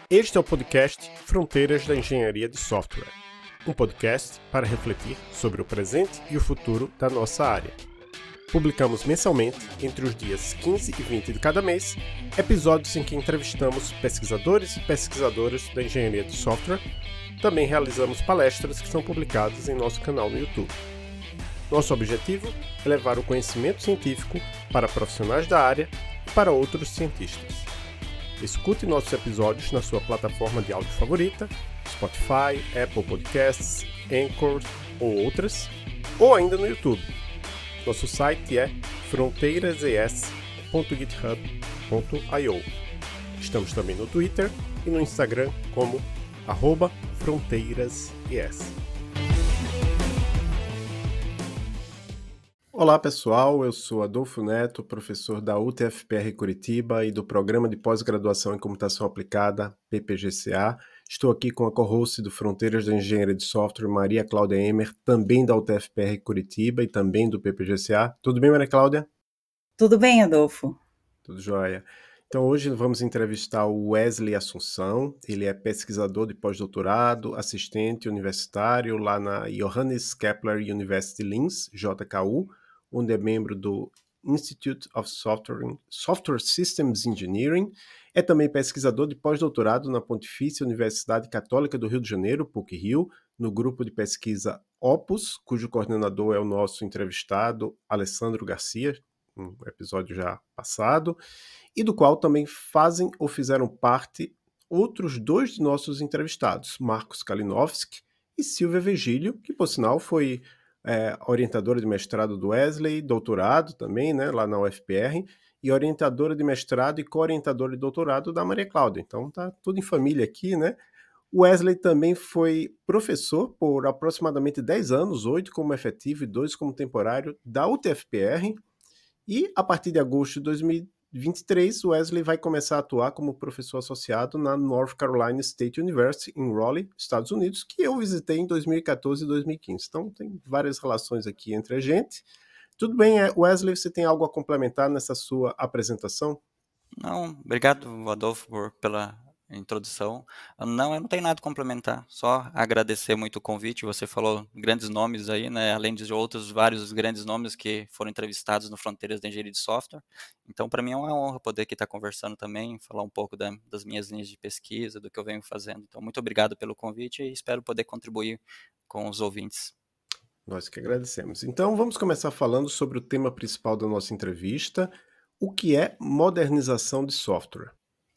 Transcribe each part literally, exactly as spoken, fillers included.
Este é o podcast Fronteiras da Engenharia de Software, um podcast para refletir sobre o presente e o futuro da nossa área. Publicamos mensalmente, entre os dias quinze e vinte de cada mês, episódios em que entrevistamos pesquisadores e pesquisadoras da engenharia de software. Também realizamos palestras que são publicadas em nosso canal no YouTube. Nosso objetivo é levar o conhecimento científico para profissionais da área e para outros cientistas. Escute nossos episódios na sua plataforma de áudio favorita, Spotify, Apple Podcasts, Anchor ou outras, ou ainda no YouTube. Nosso site é fronteirases ponto github ponto io. Estamos também no Twitter e no Instagram como arroba fronteirases. Olá pessoal, eu sou Adolfo Neto, professor da U T F P R Curitiba e do Programa de Pós-Graduação em Computação Aplicada, P P G C A. Estou aqui com a co-host do Fronteiras da Engenharia de Software, Maria Cláudia Emer, também da U T F P R Curitiba e também do P P G C A. Tudo bem, Maria Cláudia? Tudo bem, Adolfo. Tudo jóia. Então hoje vamos entrevistar o Wesley Assunção. Ele é pesquisador de pós-doutorado, assistente universitário lá na Johannes Kepler University Linz, J K U, onde é membro do Institute of Software, Software Systems Engineering. É também pesquisador de pós-doutorado na Pontifícia Universidade Católica do Rio de Janeiro, P U C-Rio, no grupo de pesquisa Opus, cujo coordenador é o nosso entrevistado, Alessandro Garcia, um episódio já passado, e do qual também fazem ou fizeram parte outros dois de nossos entrevistados, Marcos Kalinowski e Silvia Virgílio, que por sinal foi é, orientadora de mestrado do Wesley, doutorado também, né, lá na U F P R, e orientadora de mestrado e co-orientadora de doutorado da Maria Cláudia. Então tá tudo em família aqui, né? O Wesley também foi professor por aproximadamente dez anos, oito como efetivo e dois como temporário da U T F P R, e a partir de agosto de dois mil e vinte e três, o Wesley vai começar a atuar como professor associado na North Carolina State University, em Raleigh, Estados Unidos, que eu visitei em dois mil e quatorze e dois mil e quinze. Então, tem várias relações aqui entre a gente. Tudo bem, Wesley, você tem algo a complementar nessa sua apresentação? Não, obrigado, Adolfo, por, pela introdução. Não, eu não tenho nada a complementar, só agradecer muito o convite. Você falou grandes nomes aí, né? Além de outros vários grandes nomes que foram entrevistados no Fronteiras da Engenharia de Software. Então, para mim é uma honra poder aqui estar conversando também, falar um pouco da, das minhas linhas de pesquisa, do que eu venho fazendo. Então, muito obrigado pelo convite e espero poder contribuir com os ouvintes. Nós que agradecemos. Então, vamos começar falando sobre o tema principal da nossa entrevista, o que é modernização de software.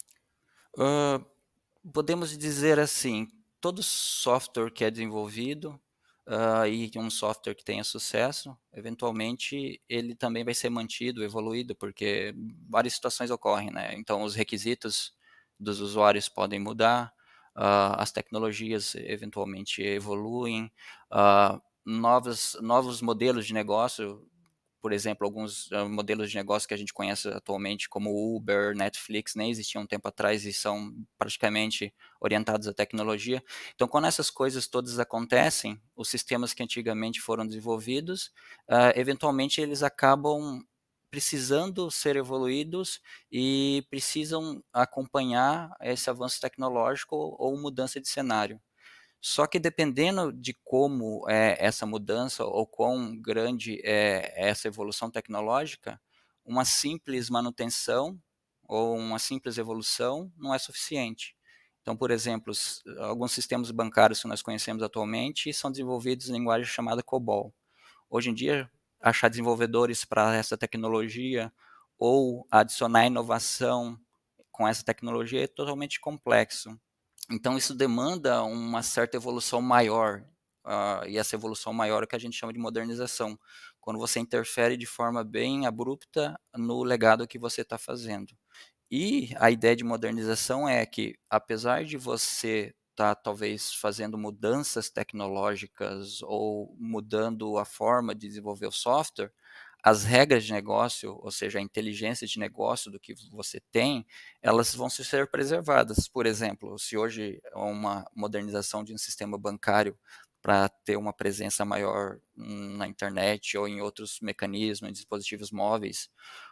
Uh, podemos dizer assim, todo software que é desenvolvido uh, e um software que tenha sucesso, eventualmente ele também vai ser mantido, evoluído, porque várias situações ocorrem, né? Então os requisitos dos usuários podem mudar, uh, as tecnologias eventualmente evoluem, uh, novos, novos modelos de negócio. Por exemplo, alguns uh, modelos de negócio que a gente conhece atualmente, como Uber, Netflix, nem existiam um tempo atrás e são praticamente orientados à tecnologia. Então, quando essas coisas todas acontecem, os sistemas que antigamente foram desenvolvidos, uh, eventualmente eles acabam precisando ser evoluídos e precisam acompanhar esse avanço tecnológico ou mudança de cenário. Só que dependendo de como é essa mudança ou quão grande é essa evolução tecnológica, uma simples manutenção ou uma simples evolução não é suficiente. Então, por exemplo, alguns sistemas bancários que nós conhecemos atualmente são desenvolvidos em linguagem chamada COBOL. Hoje em dia, achar desenvolvedores para essa tecnologia ou adicionar inovação com essa tecnologia é totalmente complexo. Então, isso demanda uma certa evolução maior, uh, e essa evolução maior é o que a gente chama de modernização, quando você interfere de forma bem abrupta no legado que você está fazendo. E a ideia de modernização é que, apesar de você estar tá, talvez fazendo mudanças tecnológicas ou mudando a forma de desenvolver o software, as regras de negócio, ou seja, a inteligência de negócio do que você tem, elas vão ser preservadas. Por exemplo, se hoje é uma modernização de um sistema bancário para ter uma presença maior na internet ou em outros mecanismos, em dispositivos móveis,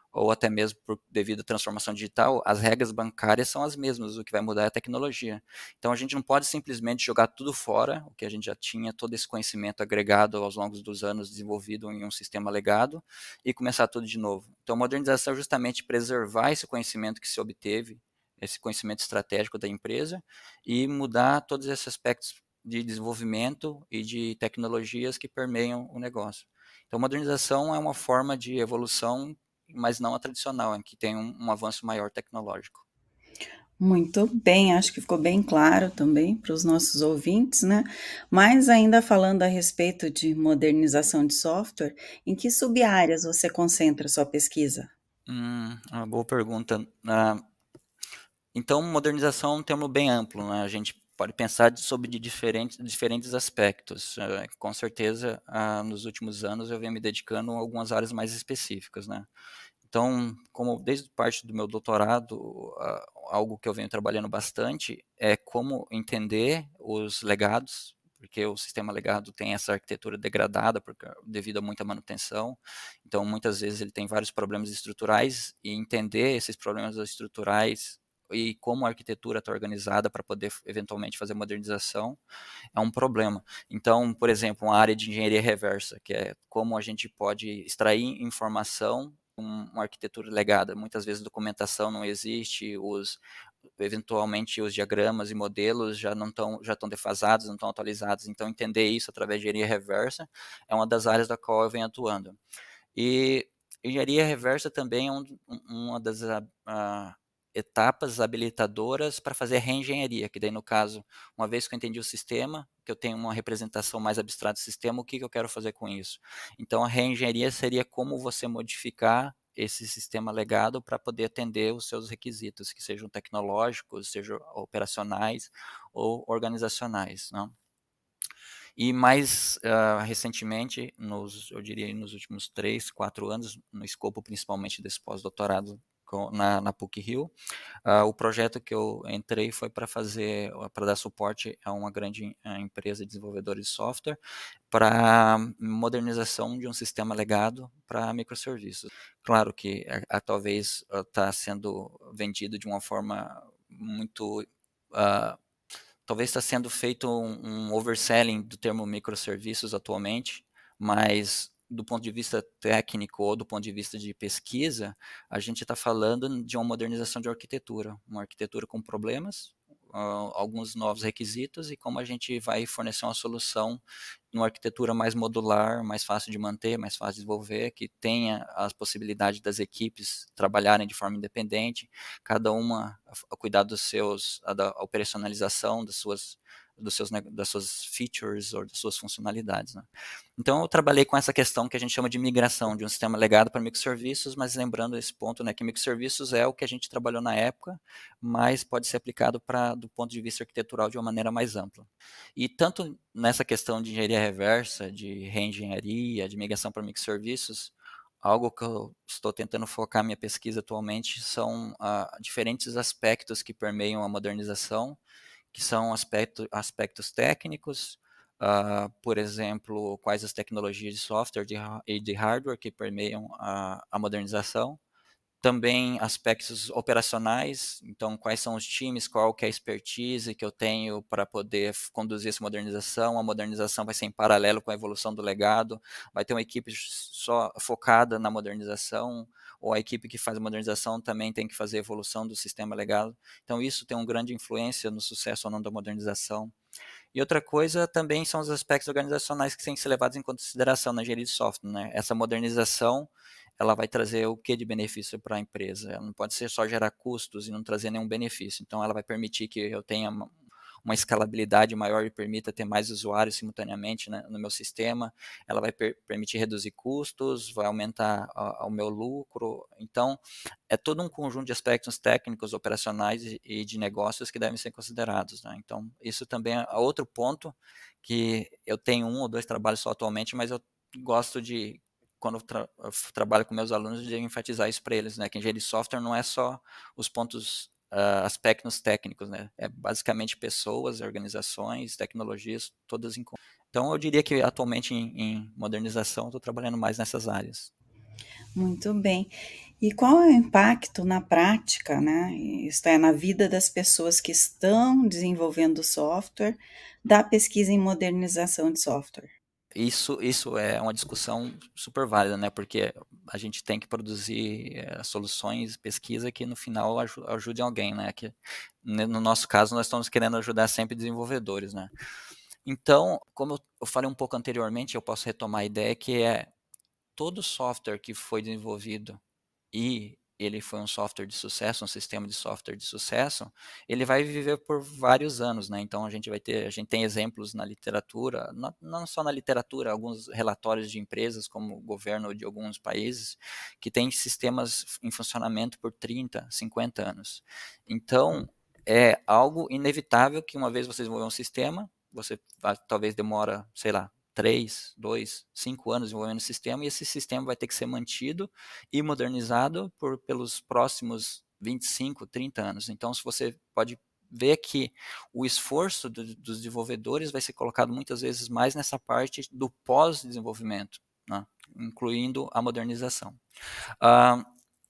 ou até mesmo por, devido à transformação digital, as regras bancárias são as mesmas, o que vai mudar é a tecnologia. Então a gente não pode simplesmente jogar tudo fora, o que a gente já tinha, todo esse conhecimento agregado aos longos dos anos desenvolvido em um sistema legado, e começar tudo de novo. Então a modernização é justamente preservar esse conhecimento que se obteve, esse conhecimento estratégico da empresa, e mudar todos esses aspectos de desenvolvimento e de tecnologias que permeiam o negócio. Então, modernização é uma forma de evolução, mas não a tradicional, em que tem um, um avanço maior tecnológico. Muito bem, acho que ficou bem claro também para os nossos ouvintes, né? Mas ainda falando a respeito de modernização de software, em que sub-áreas você concentra sua pesquisa? Hum, uma boa pergunta. Ah, então, modernização é um termo bem amplo, né? A gente pode pensar de- sobre de diferentes, diferentes aspectos. Eh, com certeza, ah, nos últimos anos eu venho me dedicando a algumas áreas mais específicas, né? Então, como desde parte do meu doutorado, ah, algo que eu venho trabalhando bastante é como entender os legados, porque o sistema legado tem essa arquitetura degradada porque, devido a muita manutenção. Então, muitas vezes ele tem vários problemas estruturais e entender esses problemas estruturais e como a arquitetura está organizada para poder eventualmente fazer modernização é um problema. Então, por exemplo, uma área de engenharia reversa, que é como a gente pode extrair informação uma arquitetura legada. Muitas vezes a documentação não existe, os, eventualmente os diagramas e modelos já não estão já estão defasados, não estão atualizados. Então, entender isso através de engenharia reversa é uma das áreas da qual eu venho atuando. E engenharia reversa também é um, uma das a, a, etapas habilitadoras para fazer reengenharia, que daí no caso, uma vez que eu entendi o sistema, que eu tenho uma representação mais abstrata do sistema, o que, que eu quero fazer com isso? Então a reengenharia seria como você modificar esse sistema legado para poder atender os seus requisitos, que sejam tecnológicos, sejam operacionais ou organizacionais, não? E mais uh, recentemente, nos, eu diria nos últimos três, quatro anos, no escopo principalmente desse pós-doutorado na, na PUC-Rio, uh, o projeto que eu entrei foi para fazer, para dar suporte a uma grande uh, empresa de desenvolvedores de software para modernização de um sistema legado para microserviços. Claro que a, a, talvez está uh, sendo vendido de uma forma muito uh, talvez está sendo feito um, um overselling do termo microserviços atualmente, mas do ponto de vista técnico ou do ponto de vista de pesquisa, a gente está falando de uma modernização de arquitetura, uma arquitetura com problemas, uh, alguns novos requisitos e como a gente vai fornecer uma solução numa arquitetura mais modular, mais fácil de manter, mais fácil de desenvolver, que tenha as possibilidades das equipes trabalharem de forma independente, cada uma a cuidar dos seus, a da operacionalização das suas, dos seus, das suas features ou das suas funcionalidades, né? Então eu trabalhei com essa questão que a gente chama de migração de um sistema legado para microserviços, mas lembrando esse ponto, né, que microserviços é o que a gente trabalhou na época, mas pode ser aplicado para do ponto de vista arquitetural de uma maneira mais ampla. E tanto nessa questão de engenharia reversa, de reengenharia, de migração para microserviços, algo que eu estou tentando focar minha pesquisa atualmente são ah, diferentes aspectos que permeiam a modernização, que são aspecto, aspectos técnicos, uh, por exemplo, quais as tecnologias de software de, e de hardware que permeiam a, a modernização, também aspectos operacionais, então quais são os times, qual que é a expertise que eu tenho para poder conduzir essa modernização, a modernização vai ser em paralelo com a evolução do legado, vai ter uma equipe só focada na modernização, ou a equipe que faz a modernização também tem que fazer a evolução do sistema legado, então isso tem uma grande influência no sucesso ou não da modernização. E outra coisa também são os aspectos organizacionais que têm que ser levados em consideração na engenharia de software, né? Essa modernização, ela vai trazer o que de benefício para a empresa? Ela não pode ser só gerar custos e não trazer nenhum benefício. Então, ela vai permitir que eu tenha uma, uma escalabilidade maior e permita ter mais usuários simultaneamente, né, no meu sistema. Ela vai per permitir reduzir custos, vai aumentar a, a, o meu lucro. Então, é todo um conjunto de aspectos técnicos, operacionais e, e de negócios que devem ser considerados, né? Então, isso também é outro ponto que eu tenho um ou dois trabalhos só atualmente, mas eu gosto de, quando eu, tra eu trabalho com meus alunos, de enfatizar isso para eles, né? Que engenharia de software não é só os pontos, uh, aspectos técnicos, né? É basicamente pessoas, organizações, tecnologias, todas em conjunto. Então, eu diria que atualmente em, em modernização estou trabalhando mais nessas áreas. Muito bem. E qual é o impacto na prática, né, isto é, na vida das pessoas que estão desenvolvendo software, da pesquisa em modernização de software? Isso isso é uma discussão super válida, né, porque a gente tem que produzir, eh, soluções, pesquisa que no final aju ajudem alguém, né, que ne no nosso caso nós estamos querendo ajudar sempre desenvolvedores, né. Então, como eu eu falei um pouco anteriormente, eu posso retomar a ideia que é, todo software que foi desenvolvido e ele foi um software de sucesso, um sistema de software de sucesso, ele vai viver por vários anos, né, então a gente vai ter a gente tem exemplos na literatura, não não só na literatura, alguns relatórios de empresas, como o governo de alguns países, que têm sistemas em funcionamento por trinta, cinquenta anos. Então, é algo inevitável que uma vez você desenvolver um sistema, você vai talvez demora, sei lá, três, dois, cinco anos desenvolvendo o sistema, e esse sistema vai ter que ser mantido e modernizado por pelos próximos vinte e cinco, trinta anos. Então, se você pode ver que o esforço do dos desenvolvedores vai ser colocado muitas vezes mais nessa parte do pós-desenvolvimento, né, incluindo a modernização. Hã,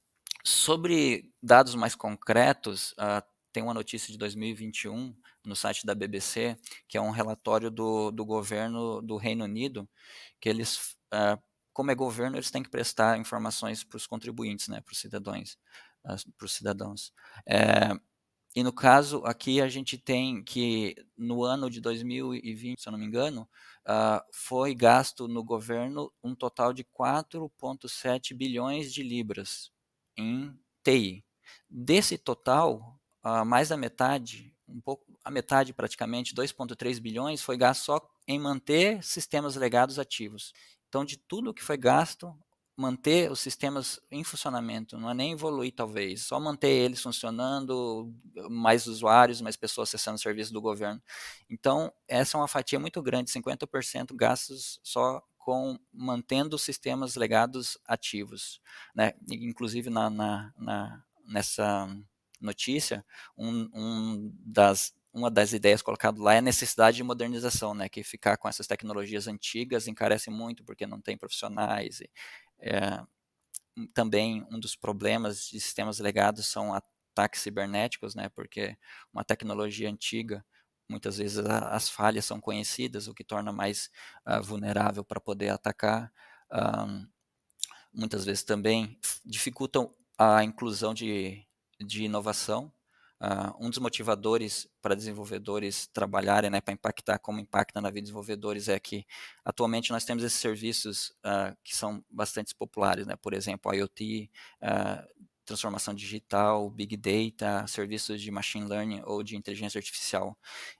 sobre dados mais concretos, hã, tem uma notícia de dois mil e vinte e um no site da B B C, que é um relatório do do governo do Reino Unido, que eles, hã, como é governo, eles têm que prestar informações para os contribuintes, né, para os cidadãos, as para os cidadãos. Eh, e no caso aqui a gente tem que no ano de dois mil e vinte, se eu não me engano, hã, foi gasto no governo um total de quatro ponto sete bilhões de libras em T I. Desse total, hã, mais da metade, um pouco a metade praticamente, dois ponto três bilhões, foi gasto só em manter sistemas legados ativos. Então de tudo que foi gasto, manter os sistemas em funcionamento, não é nem evoluir talvez, só manter eles funcionando, mais usuários, mais pessoas acessando o serviço do governo. Então, essa é uma fatia muito grande, cinquenta por cento gastos só com mantendo os sistemas legados ativos, né. E inclusive na na na nessa notícia, um um das uma das ideias colocado lá é a necessidade de modernização, né, que ficar com essas tecnologias antigas encarece muito, porque não tem profissionais e, eh, também um dos problemas de sistemas legados são ataques cibernéticos, né, porque uma tecnologia antiga, muitas vezes a as falhas são conhecidas, o que torna mais, hã, vulnerável para poder atacar. Hã, muitas vezes também f dificultam a inclusão de de inovação. Hã, um dos motivadores para desenvolvedores trabalharem, né, para impactar como impacta na vida de desenvolvedores é que, atualmente nós temos esses serviços, hã, que são bastante populares, né, por exemplo, IoT, hã, transformação digital, Big Data, serviços de Machine Learning ou de inteligência artificial.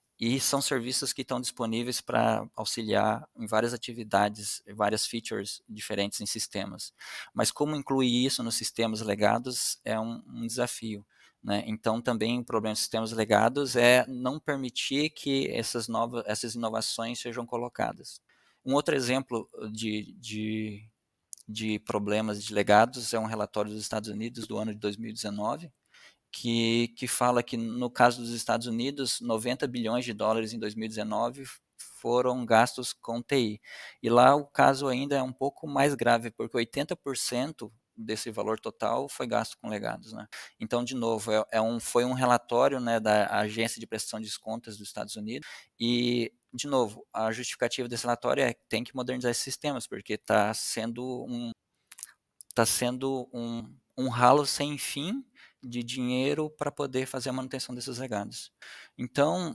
E são serviços que estão disponíveis para auxiliar em várias atividades, várias features diferentes em sistemas. Mas como incluir isso nos sistemas legados é um um desafio, né. Então também o problema dos sistemas legados é não permitir que essas novas essas inovações sejam colocadas. Um outro exemplo de de de problemas de legados é um relatório dos Estados Unidos do ano de dois mil e dezenove, que que fala que no caso dos Estados Unidos, noventa bilhões de dólares em dois mil e dezenove foram gastos com T I. E lá o caso ainda é um pouco mais grave, porque oitenta por cento desse valor total foi gasto com legados, né. Então de novo, é é um foi um relatório, né, da Agência de Prestação de Contas dos Estados Unidos, e de novo, a justificativa desse relatório é: tem que modernizar esses sistemas, porque está sendo um está sendo um um ralo sem fim de dinheiro para poder fazer a manutenção desses legados. Então,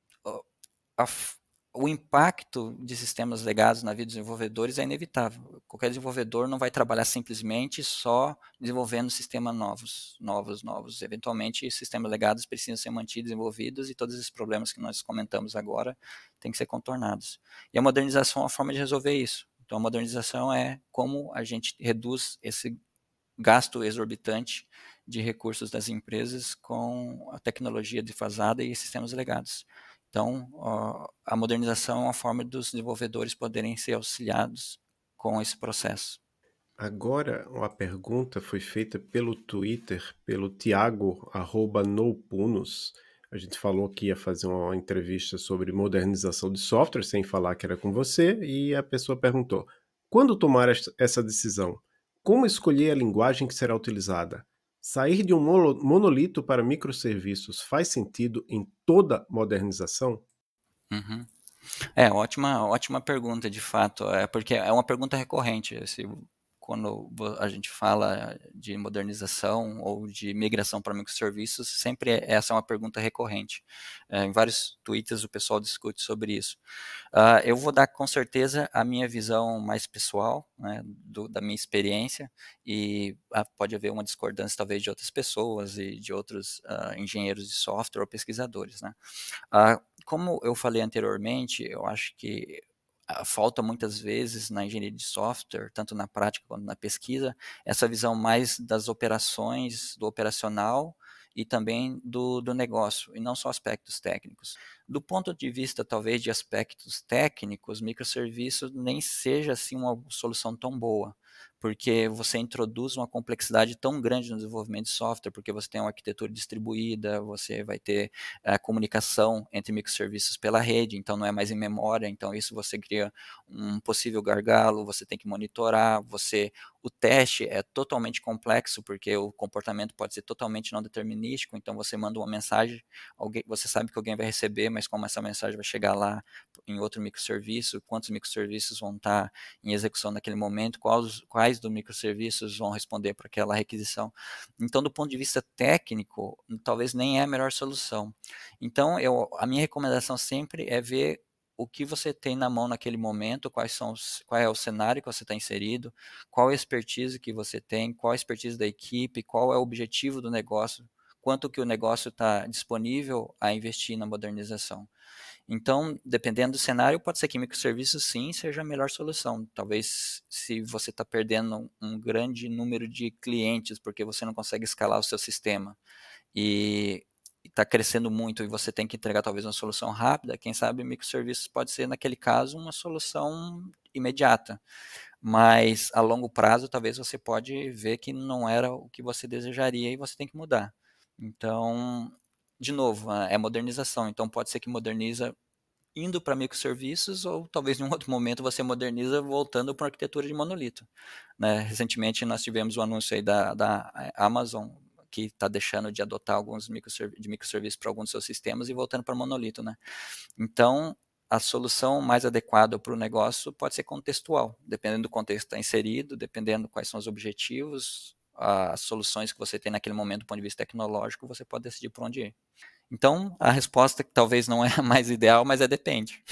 o a f o impacto de sistemas legados na vida dos desenvolvedores é inevitável. Qualquer desenvolvedor não vai trabalhar simplesmente só desenvolvendo sistemas novos, novos, novos. Eventualmente, sistemas legados precisam ser mantidos, desenvolvidos, e todos esses problemas que nós comentamos agora têm que ser contornados. E a modernização é uma forma de resolver isso. Então a modernização é como a gente reduz esse gasto exorbitante de recursos das empresas com a tecnologia defasada e sistemas legados. Então, ó, a modernização é uma forma dos desenvolvedores poderem ser auxiliados com esse processo. Agora, uma pergunta foi feita pelo Twitter, pelo Tiago, arroba nopunos. A gente falou que ia fazer uma entrevista sobre modernização de software, sem falar que era com você, e a pessoa perguntou: quando tomar esta- essa decisão? como escolher a linguagem que será utilizada? Sair de um mono- monolito para microserviços faz sentido em toda modernização? Uhum. É, ótima, ótima pergunta, de fato, é porque é uma pergunta recorrente, se, quando vo- a gente fala de modernização ou de migração para microserviços, sempre é- essa é uma pergunta recorrente. É, em vários tweets o pessoal discute sobre isso. Ah, eu vou dar com certeza a minha visão mais pessoal, né, do- da minha experiência, e ah, pode haver uma discordância talvez de outras pessoas e de outros ah, engenheiros de software ou pesquisadores, né? Ah, como eu falei anteriormente, eu acho que ah, falta muitas vezes na engenharia de software, tanto na prática quanto na pesquisa, essa visão mais das operações, do operacional e também do, do negócio, e não só aspectos técnicos. Do ponto de vista, talvez, de aspectos técnicos, microserviços nem seja assim uma solução tão boa, porque você introduz uma complexidade tão grande no desenvolvimento de software, porque você tem uma arquitetura distribuída, você vai ter a comunicação entre microserviços pela rede, então não é mais em memória, então isso você cria um possível gargalo, você tem que monitorar, você o teste é totalmente complexo, porque o comportamento pode ser totalmente não determinístico, então você manda uma mensagem, alguém, você sabe que alguém vai receber, mas como essa mensagem vai chegar lá em outro microserviço, quantos microserviços vão estar em execução naquele momento, quais, quais dos microserviços vão responder para aquela requisição. Então, do ponto de vista técnico, talvez nem é a melhor solução. Então, eu, a minha recomendação sempre é ver o que você tem na mão naquele momento, quais são os, qual é o cenário que você está inserido, qual a expertise que você tem, qual a expertise da equipe, qual é o objetivo do negócio, quanto que o negócio está disponível a investir na modernização. Então, dependendo do cenário, pode ser que microserviços sim seja a melhor solução. Talvez se você está perdendo um grande número de clientes porque você não consegue escalar o seu sistema e está crescendo muito e você tem que entregar talvez uma solução rápida, quem sabe microserviços pode ser, naquele caso, uma solução imediata. Mas a longo prazo, talvez você pode ver que não era o que você desejaria e você tem que mudar. Então, de novo, é modernização. Então, pode ser que moderniza indo para microserviços ou talvez em um outro momento você moderniza voltando para uma arquitetura de monolito, né? Recentemente nós tivemos um anúncio aí da, da Amazon que está deixando de adotar alguns microserv de microserviços para alguns dos seus sistemas e voltando para monolito, né? Então, a solução mais adequada para o negócio pode ser contextual, dependendo do contexto que está inserido, dependendo quais são os objetivos, as soluções que você tem naquele momento do ponto de vista tecnológico, você pode decidir por onde ir. Então, a resposta que talvez não é a mais ideal, mas é depende.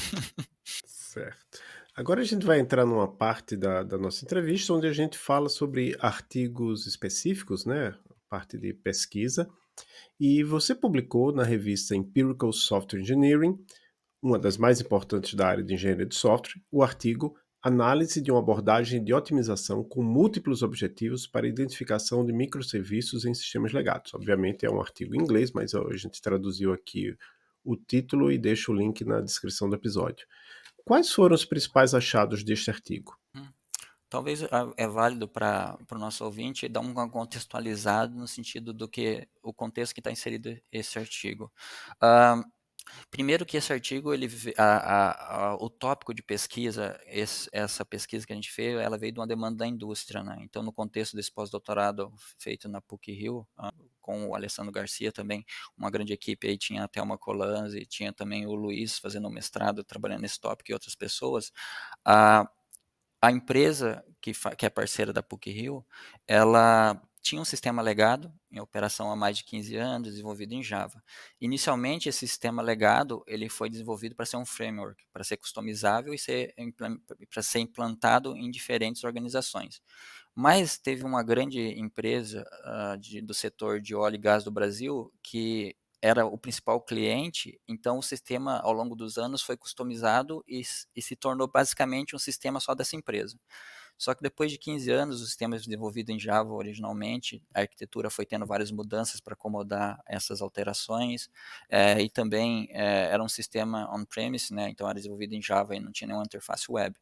Certo. Agora a gente vai entrar numa parte da, da nossa entrevista onde a gente fala sobre artigos específicos, né? Parte de pesquisa. E você publicou na revista Empirical Software Engineering, uma das mais importantes da área de engenharia de software, o artigo Análise de uma abordagem de otimização com múltiplos objetivos para identificação de microserviços em sistemas legados. Obviamente é um artigo em inglês, mas a gente traduziu aqui o título e deixo o link na descrição do episódio. Quais foram os principais achados deste artigo? Hum, Talvez ah, é válido para o nosso ouvinte dar um contextualizado no sentido do que o contexto que está inserido esse artigo. Ah, Primeiro que esse artigo, ele, ve- a- a- a- o tópico de pesquisa, esse- essa pesquisa que a gente fez, ela veio de uma demanda da indústria, né? Então, no contexto desse pós-doutorado feito na PUC-Rio, ah, com o Alessandro Garcia também, uma grande equipe aí, tinha a Thelma Colanzi, tinha também o Luiz fazendo um mestrado, trabalhando nesse tópico e outras pessoas, a, a empresa que, fa- que é parceira da PUC-Rio, ela tinha um sistema legado em operação há mais de quinze anos, desenvolvido em Java. Inicialmente, esse sistema legado ele foi desenvolvido para ser um framework, para ser customizável e ser, para ser implantado em diferentes organizações. Mas teve uma grande empresa ah, de- do setor de óleo e gás do Brasil que era o principal cliente, então o sistema ao longo dos anos foi customizado e, s- e se tornou basicamente um sistema só dessa empresa. Só que depois de quinze anos, o sistema é desenvolvido em Java originalmente, a arquitetura foi tendo várias mudanças para acomodar essas alterações, eh, e também eh, era um sistema on-premise, né, então era desenvolvido em Java e não tinha nenhuma interface web.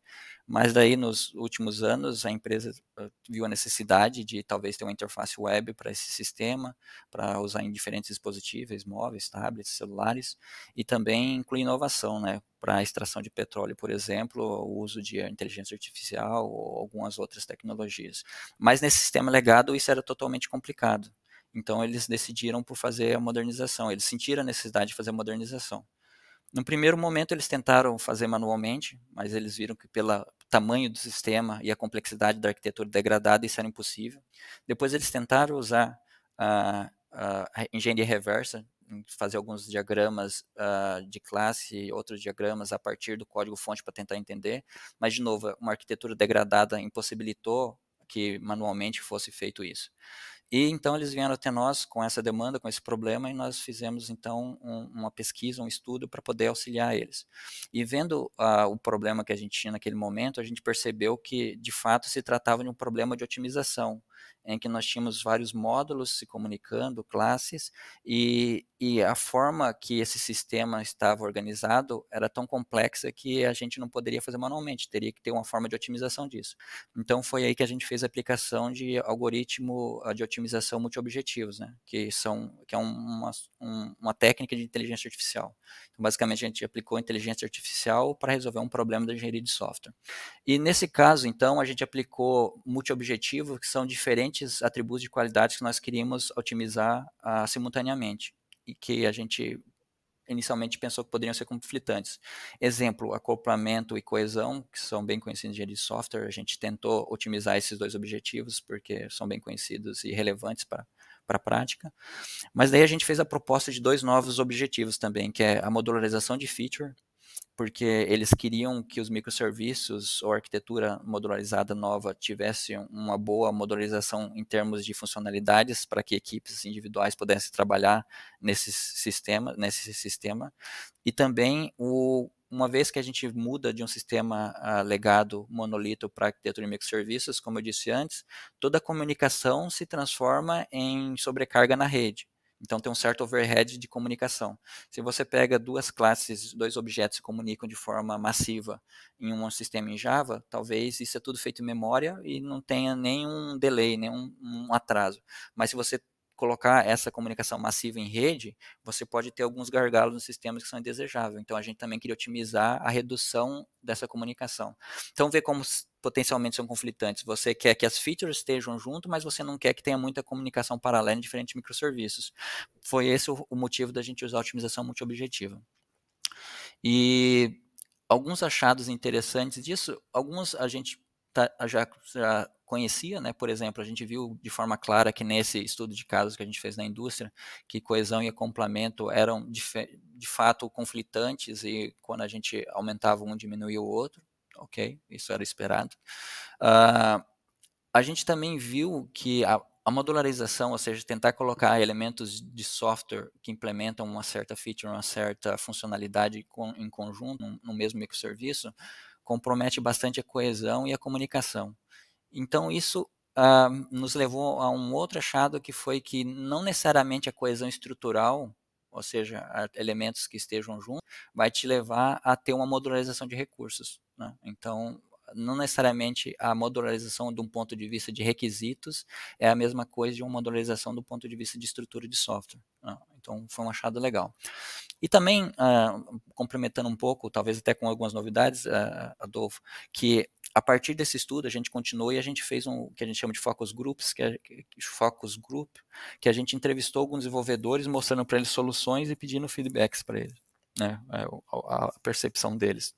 Mas daí, nos últimos anos, a empresa viu a necessidade de talvez ter uma interface web para esse sistema, para usar em diferentes dispositivos, móveis, tablets, celulares, e também inclui inovação, né, para a extração de petróleo, por exemplo, o uso de inteligência artificial ou algumas outras tecnologias. Mas nesse sistema legado isso era totalmente complicado. Então eles decidiram por fazer a modernização, eles sentiram a necessidade de fazer a modernização. No primeiro momento eles tentaram fazer manualmente, mas eles viram que pelo tamanho do sistema e a complexidade da arquitetura degradada isso era impossível. Depois eles tentaram usar a, a engenharia reversa, fazer alguns diagramas uh, de classe, outros diagramas a partir do código-fonte para tentar entender, mas de novo, uma arquitetura degradada impossibilitou que manualmente fosse feito isso. E então eles vieram até nós com essa demanda, com esse problema, e nós fizemos então um, uma pesquisa, um estudo para poder auxiliar eles. E vendo uh, o problema que a gente tinha naquele momento, a gente percebeu que de fato se tratava de um problema de otimização, em que nós tínhamos vários módulos se comunicando, classes, e, e a forma que esse sistema estava organizado era tão complexa que a gente não poderia fazer manualmente, teria que ter uma forma de otimização disso. Então foi aí que a gente fez a aplicação de algoritmo de otimização multiobjetivos, né, que, são, que é uma, um, uma técnica de inteligência artificial. Então, basicamente a gente aplicou inteligência artificial para resolver um problema da engenharia de software. E nesse caso, então, a gente aplicou multiobjetivo, que são diferentes atributos de qualidade que nós queríamos otimizar uh, simultaneamente e que a gente inicialmente pensou que poderiam ser conflitantes. Exemplo, acoplamento e coesão, que são bem conhecidos em engenharia de software, a gente tentou otimizar esses dois objetivos porque são bem conhecidos e relevantes para para a prática. Mas daí a gente fez a proposta de dois novos objetivos também, que é a modularização de feature, porque eles queriam que os microserviços ou arquitetura modularizada nova tivesse uma boa modularização em termos de funcionalidades para que equipes individuais pudessem trabalhar nesse sistema, nesse sistema. E também, o, uma vez que a gente muda de um sistema uh, legado monolito para arquitetura de microserviços, como eu disse antes, toda a comunicação se transforma em sobrecarga na rede. Então tem um certo overhead de comunicação. Se você pega duas classes, dois objetos se comunicam de forma massiva em um sistema em Java, talvez isso é tudo feito em memória e não tenha nenhum delay, nenhum um atraso. Mas se você colocar essa comunicação massiva em rede, você pode ter alguns gargalos nos sistemas que são indesejáveis. Então a gente também queria otimizar a redução dessa comunicação. Então vê como potencialmente são conflitantes. Você quer que as features estejam junto, mas você não quer que tenha muita comunicação paralela em diferentes microserviços. Foi esse o, o motivo da gente usar a otimização multiobjetiva. E alguns achados interessantes disso, alguns a gente tá, já, já conhecia, né? Por exemplo, a gente viu de forma clara que nesse estudo de casos que a gente fez na indústria, que coesão e acoplamento eram de, de fato conflitantes e quando a gente aumentava um, diminuía o outro. Ok, isso era esperado. Uh, a gente também viu que a, a modularização, ou seja, tentar colocar elementos de software que implementam uma certa feature, uma certa funcionalidade com, em conjunto, no, no mesmo microserviço, compromete bastante a coesão e a comunicação. Então, isso uh, nos levou a um outro achado que foi que não necessariamente a coesão estrutural, ou seja, elementos que estejam juntos, vai te levar a ter uma modularização de recursos. Né? Então, não necessariamente a modularização de um ponto de vista de requisitos é a mesma coisa de uma modularização do ponto de vista de estrutura de software. Né? Então, foi um achado legal. E também, uh, complementando um pouco, talvez até com algumas novidades, uh, Adolfo, que a partir desse estudo a gente continuou e a gente fez um que a gente chama de focus groups, que é focus group, que a gente entrevistou alguns desenvolvedores, mostrando para eles soluções e pedindo feedbacks para eles, né, a, a percepção deles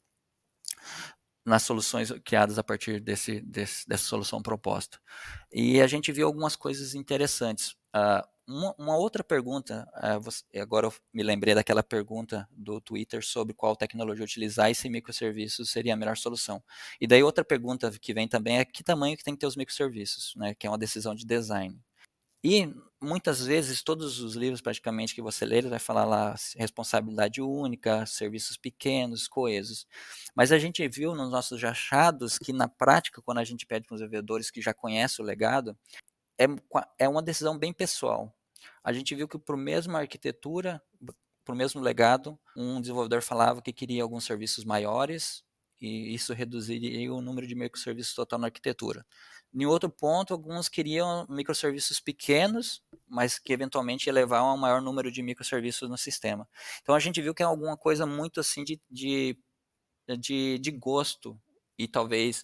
nas soluções criadas a partir desse, desse, dessa solução proposta. E a gente viu algumas coisas interessantes. Uh, uma, uma outra pergunta, uh, você, agora eu me lembrei daquela pergunta do Twitter sobre qual tecnologia utilizar e se microserviços seria a melhor solução. E daí outra pergunta que vem também é que tamanho que tem que ter os microserviços, né, que é uma decisão de design. E muitas vezes, todos os livros praticamente que você lê, ele vai falar lá responsabilidade única, serviços pequenos, coesos. Mas a gente viu nos nossos achados que na prática, quando a gente pede para os desenvolvedores que já conhecem o legado, é, é uma decisão bem pessoal. A gente viu que para a mesma arquitetura, para o mesmo legado, um desenvolvedor falava que queria alguns serviços maiores e isso reduziria o número de microserviços total na arquitetura. Em outro ponto, alguns queriam microserviços pequenos, mas que eventualmente ia levar a um maior número de microserviços no sistema. Então a gente viu que é alguma coisa muito assim de, de, de, de gosto e talvez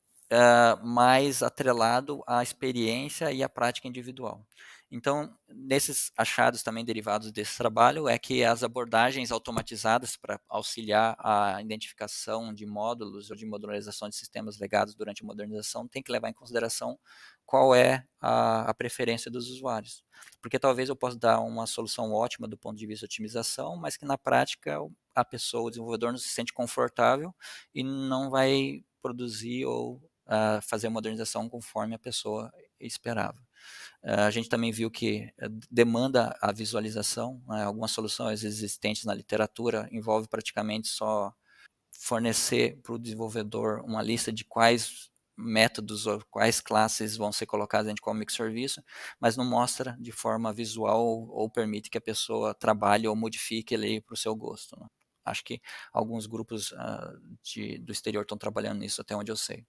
uh, mais atrelado à experiência e à prática individual. Então, nesses achados também derivados desse trabalho, é que as abordagens automatizadas para auxiliar a identificação de módulos ou de modularização de sistemas legados durante a modernização tem que levar em consideração qual é a, a preferência dos usuários. Porque talvez eu possa dar uma solução ótima do ponto de vista de otimização, mas que na prática a pessoa, o desenvolvedor, não se sente confortável e não vai produzir ou uh, fazer a modernização conforme a pessoa esperava. Uh, a gente também viu que demanda a visualização, né? Algumas soluções existentes na literatura envolvem praticamente só fornecer para o desenvolvedor uma lista de quais métodos ou quais classes vão ser colocadas dentro de qual microserviço, mas não mostra de forma visual ou, ou permite que a pessoa trabalhe ou modifique ele para o seu gosto, né? Acho que alguns grupos uh, de, do exterior estão trabalhando nisso, até onde eu sei.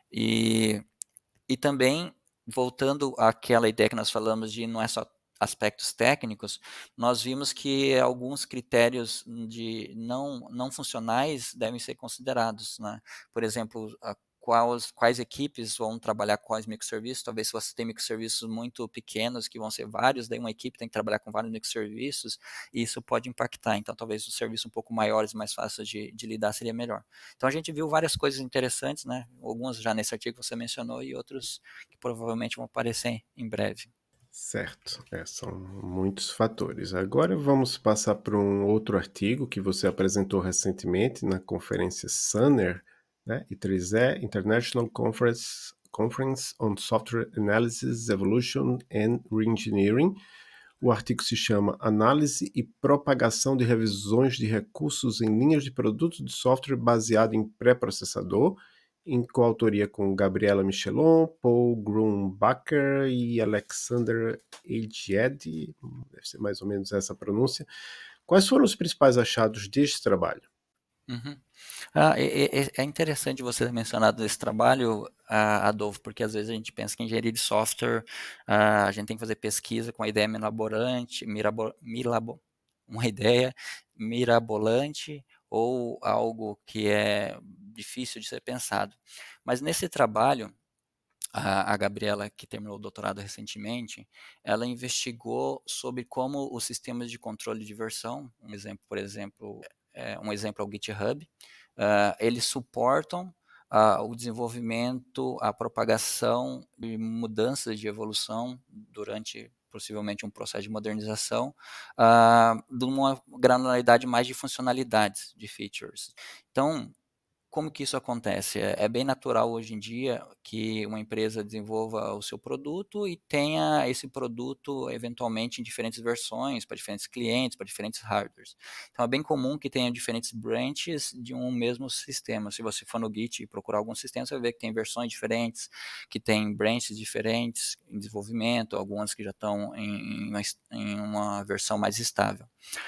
E, e também, voltando àquela ideia que nós falamos de não é só aspectos técnicos, nós vimos que alguns critérios de não, não funcionais devem ser considerados, né? Por exemplo, a, quais, quais equipes vão trabalhar com quais microserviços. Talvez se você tem microserviços muito pequenos, que vão ser vários, daí uma equipe tem que trabalhar com vários microserviços, e isso pode impactar. Então, talvez os serviços um pouco maiores, mais fáceis de, de lidar, seria melhor. Então, a gente viu várias coisas interessantes, né? Alguns já nesse artigo que você mencionou, e outros que provavelmente vão aparecer em breve. Certo, é, são muitos fatores. Agora vamos passar para um outro artigo que você apresentou recentemente na conferência SANER, né, I três E, International Conference, Conference on Software Analysis, Evolution and Reengineering. O artigo se chama Análise e Propagação de Revisões de Recursos em Linhas de Produtos de Software Baseado em Pré-Processador, em coautoria com Gabriela Michelon, Paul Grumbacher e Alexander Egiedi, deve ser mais ou menos essa a pronúncia. Quais foram os principais achados deste trabalho? Uhum. Ah, é, é, é interessante você ter mencionado esse trabalho, ah, Adolfo, porque às vezes a gente pensa que em engenharia de software ah, a gente tem que fazer pesquisa com uma ideia mirabolante, mirabo, mirabo, uma ideia mirabolante ou algo que é difícil de ser pensado. Mas nesse trabalho, a, a Gabriela, que terminou o doutorado recentemente, ela investigou sobre como os sistemas de controle de versão, um exemplo, por exemplo, é, um exemplo é o GitHub, uh, eles suportam uh, o desenvolvimento, a propagação e mudanças de evolução durante possivelmente um processo de modernização, uh, de uma granularidade mais de funcionalidades, de features. Então, como que isso acontece? É, é bem natural hoje em dia que uma empresa desenvolva o seu produto e tenha esse produto eventualmente em diferentes versões, para diferentes clientes, para diferentes hardwares. Então é bem comum que tenha diferentes branches de um mesmo sistema. Se você for no Git e procurar algum sistema, você vai ver que tem versões diferentes, que tem branches diferentes em desenvolvimento, algumas que já estão em, em uma versão mais estável.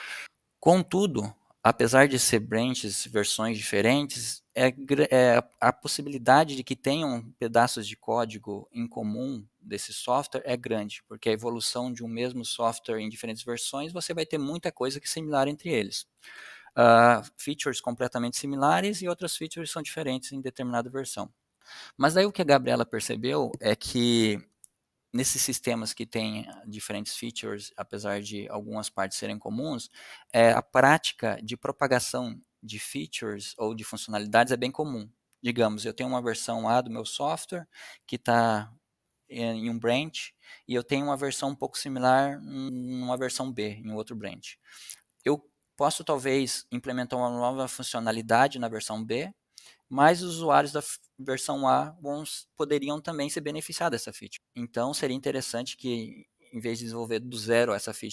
Contudo, apesar de ser branches, versões diferentes, é, é, a possibilidade de que tenham pedaços de código em comum desse software é grande, porque a evolução de um mesmo software em diferentes versões, você vai ter muita coisa que é similar entre eles. Uh, features completamente similares e outras features são diferentes em determinada versão. Mas daí o que a Gabriela percebeu é que nesses sistemas que têm diferentes features, apesar de algumas partes serem comuns, é, a prática de propagação de features ou de funcionalidades é bem comum. Digamos, eu tenho uma versão A do meu software que está em um branch e eu tenho uma versão um pouco similar numa versão B, em outro branch. Eu posso talvez implementar uma nova funcionalidade na versão B, mas os usuários da versão A vão, poderiam também se beneficiar dessa feature. Então, seria interessante que, em vez de desenvolver do zero essa feature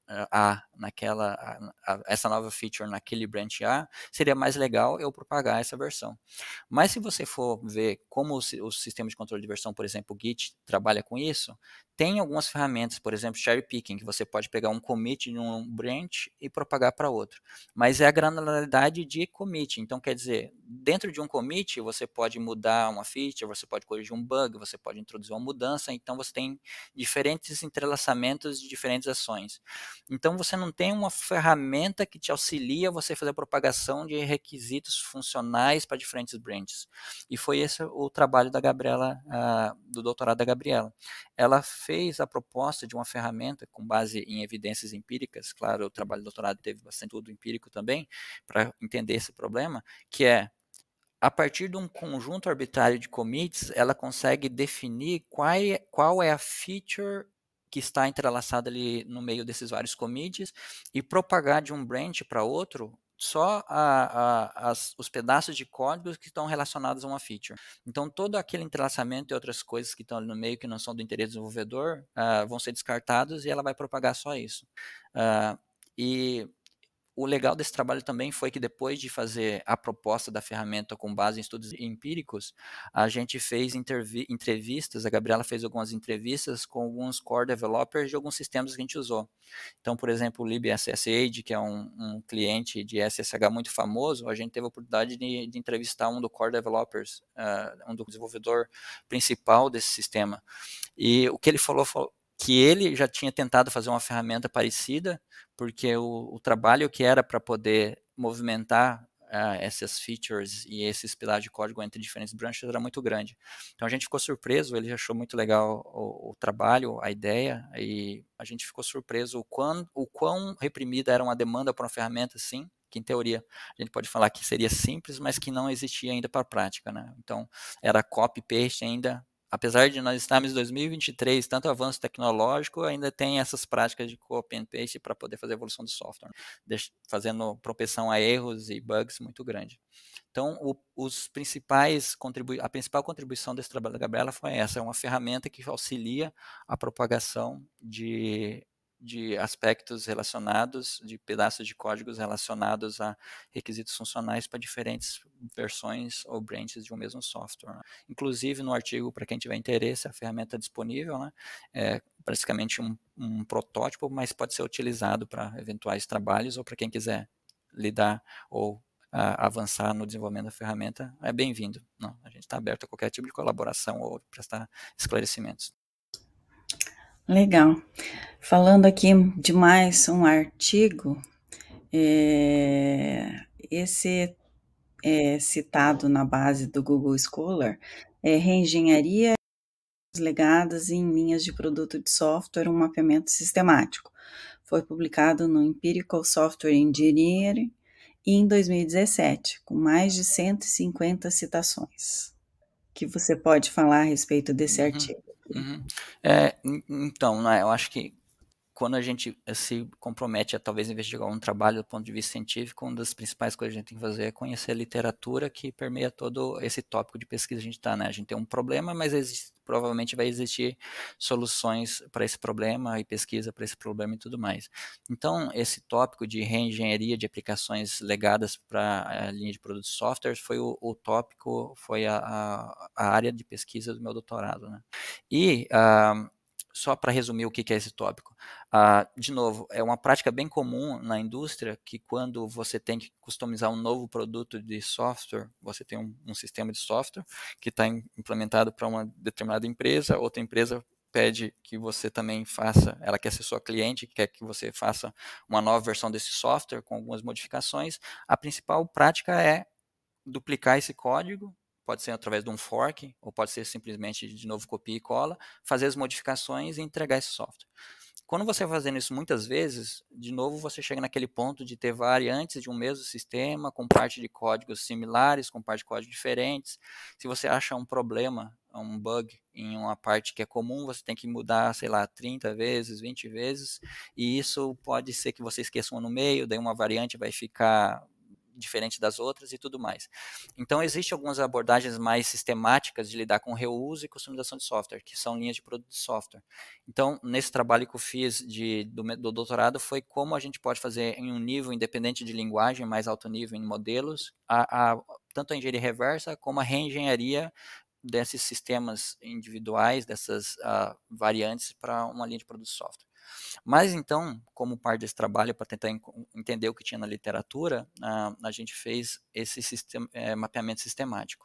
A naquela, a, a, essa nova feature naquele branch A, seria mais legal eu propagar essa versão. Mas se você for ver como o, o sistema de controle de versão, por exemplo, o Git, trabalha com isso, tem algumas ferramentas, por exemplo, cherry picking, que você pode pegar um commit de um branch e propagar para outro. Mas é a granularidade de commit. Então, quer dizer, dentro de um commit, você pode mudar uma feature, você pode corrigir um bug, você pode introduzir uma mudança. Então, você tem diferentes entrelaçamentos de diferentes ações. Então, você não tem uma ferramenta que te auxilia você fazer a propagação de requisitos funcionais para diferentes branches. E foi esse o trabalho da Gabriela, uh, do doutorado da Gabriela. Ela fez a proposta de uma ferramenta com base em evidências empíricas, claro, o trabalho do doutorado teve bastante tudo empírico também, para entender esse problema, que é, a partir de um conjunto arbitrário de commits, ela consegue definir qual é, qual é a feature que está entrelaçada ali no meio desses vários commits e propagar de um branch para outro só a, a, as, os pedaços de código que estão relacionados a uma feature. Então, todo aquele entrelaçamento e outras coisas que estão ali no meio que não são do interesse do desenvolvedor uh, vão ser descartados e ela vai propagar só isso. Uh, e o legal desse trabalho também foi que depois de fazer a proposta da ferramenta com base em estudos empíricos, a gente fez entrevistas, a Gabriela fez algumas entrevistas com alguns core developers de alguns sistemas que a gente usou. Então, por exemplo, o libSSH, que é um, um cliente de S S H muito famoso, a gente teve a oportunidade de, de entrevistar um do core developers, uh, um do desenvolvedor principal desse sistema. E o que ele falou foi que ele já tinha tentado fazer uma ferramenta parecida, porque o, o trabalho que era para poder movimentar uh, essas features e esses pedaços de código entre diferentes branches era muito grande. Então a gente ficou surpreso, ele achou muito legal o, o trabalho, a ideia, e a gente ficou surpreso o quão, o quão reprimida era uma demanda para uma ferramenta assim, que em teoria a gente pode falar que seria simples, mas que não existia ainda para a prática, né? Então era copy-paste ainda. Apesar de nós estarmos em dois mil e vinte e três, tanto avanço tecnológico, ainda tem essas práticas de copy and paste para poder fazer a evolução do software, fazendo propensão a erros e bugs muito grande. Então, o, os principais contribui a principal contribuição desse trabalho da Gabriela foi essa, é uma ferramenta que auxilia a propagação de, de aspectos relacionados, de pedaços de códigos relacionados a requisitos funcionais para diferentes versões ou branches de um mesmo software, né? Inclusive, no artigo, para quem tiver interesse, a ferramenta é disponível, né? É basicamente um, um protótipo, mas pode ser utilizado para eventuais trabalhos ou para quem quiser lidar ou a avançar no desenvolvimento da ferramenta, é bem-vindo. A gente está aberto a qualquer tipo de colaboração ou prestar esclarecimentos. Legal. Falando aqui de mais um artigo, é, esse é citado na base do Google Scholar, é Reengenharia legadas em linhas de produto de software, um mapeamento sistemático. Foi publicado no Empirical Software Engineering em dois mil e dezessete, com mais de cento e cinquenta citações. O que você pode falar a respeito desse uhum, artigo? Uhum. É, então, né, eu acho que quando a gente se compromete a talvez investigar um trabalho do ponto de vista científico, uma das principais coisas que a gente tem que fazer é conhecer a literatura que permeia todo esse tópico de pesquisa que a gente está, né? A gente tem um problema, mas existe, provavelmente vai existir soluções para esse problema e pesquisa para esse problema e tudo mais. Então, esse tópico de reengenharia de aplicações legadas para a linha de produtos de software foi o, o tópico, foi a, a, a área de pesquisa do meu doutorado, né? E uh, só para resumir o que é esse tópico, uh, de novo, é uma prática bem comum na indústria que quando você tem que customizar um novo produto de software, você tem um, um sistema de software que está implementado para uma determinada empresa, outra empresa pede que você também faça, ela quer ser sua cliente, quer que você faça uma nova versão desse software com algumas modificações. A principal prática é duplicar esse código, pode ser através de um fork, ou pode ser simplesmente de novo copia e cola, fazer as modificações e entregar esse software. Quando você vai fazendo isso muitas vezes, de novo você chega naquele ponto de ter variantes de um mesmo sistema, com parte de códigos similares, com parte de códigos diferentes. Se você acha um problema, um bug em uma parte que é comum, você tem que mudar, sei lá, trinta vezes, vinte vezes, e isso pode ser que você esqueça um no meio, daí uma variante vai ficar diferente das outras e tudo mais. Então, existem algumas abordagens mais sistemáticas de lidar com reuso e customização de software, que são linhas de produto de software. Então, nesse trabalho que eu fiz de, do, do doutorado, foi como a gente pode fazer em um nível independente de linguagem, mais alto nível em modelos, a, a, tanto a engenharia reversa como a reengenharia desses sistemas individuais, dessas uh, variantes para uma linha de produto de software. Mas então, como parte desse trabalho, para tentar entender o que tinha na literatura, uh, a gente fez esse sistema, é, mapeamento sistemático.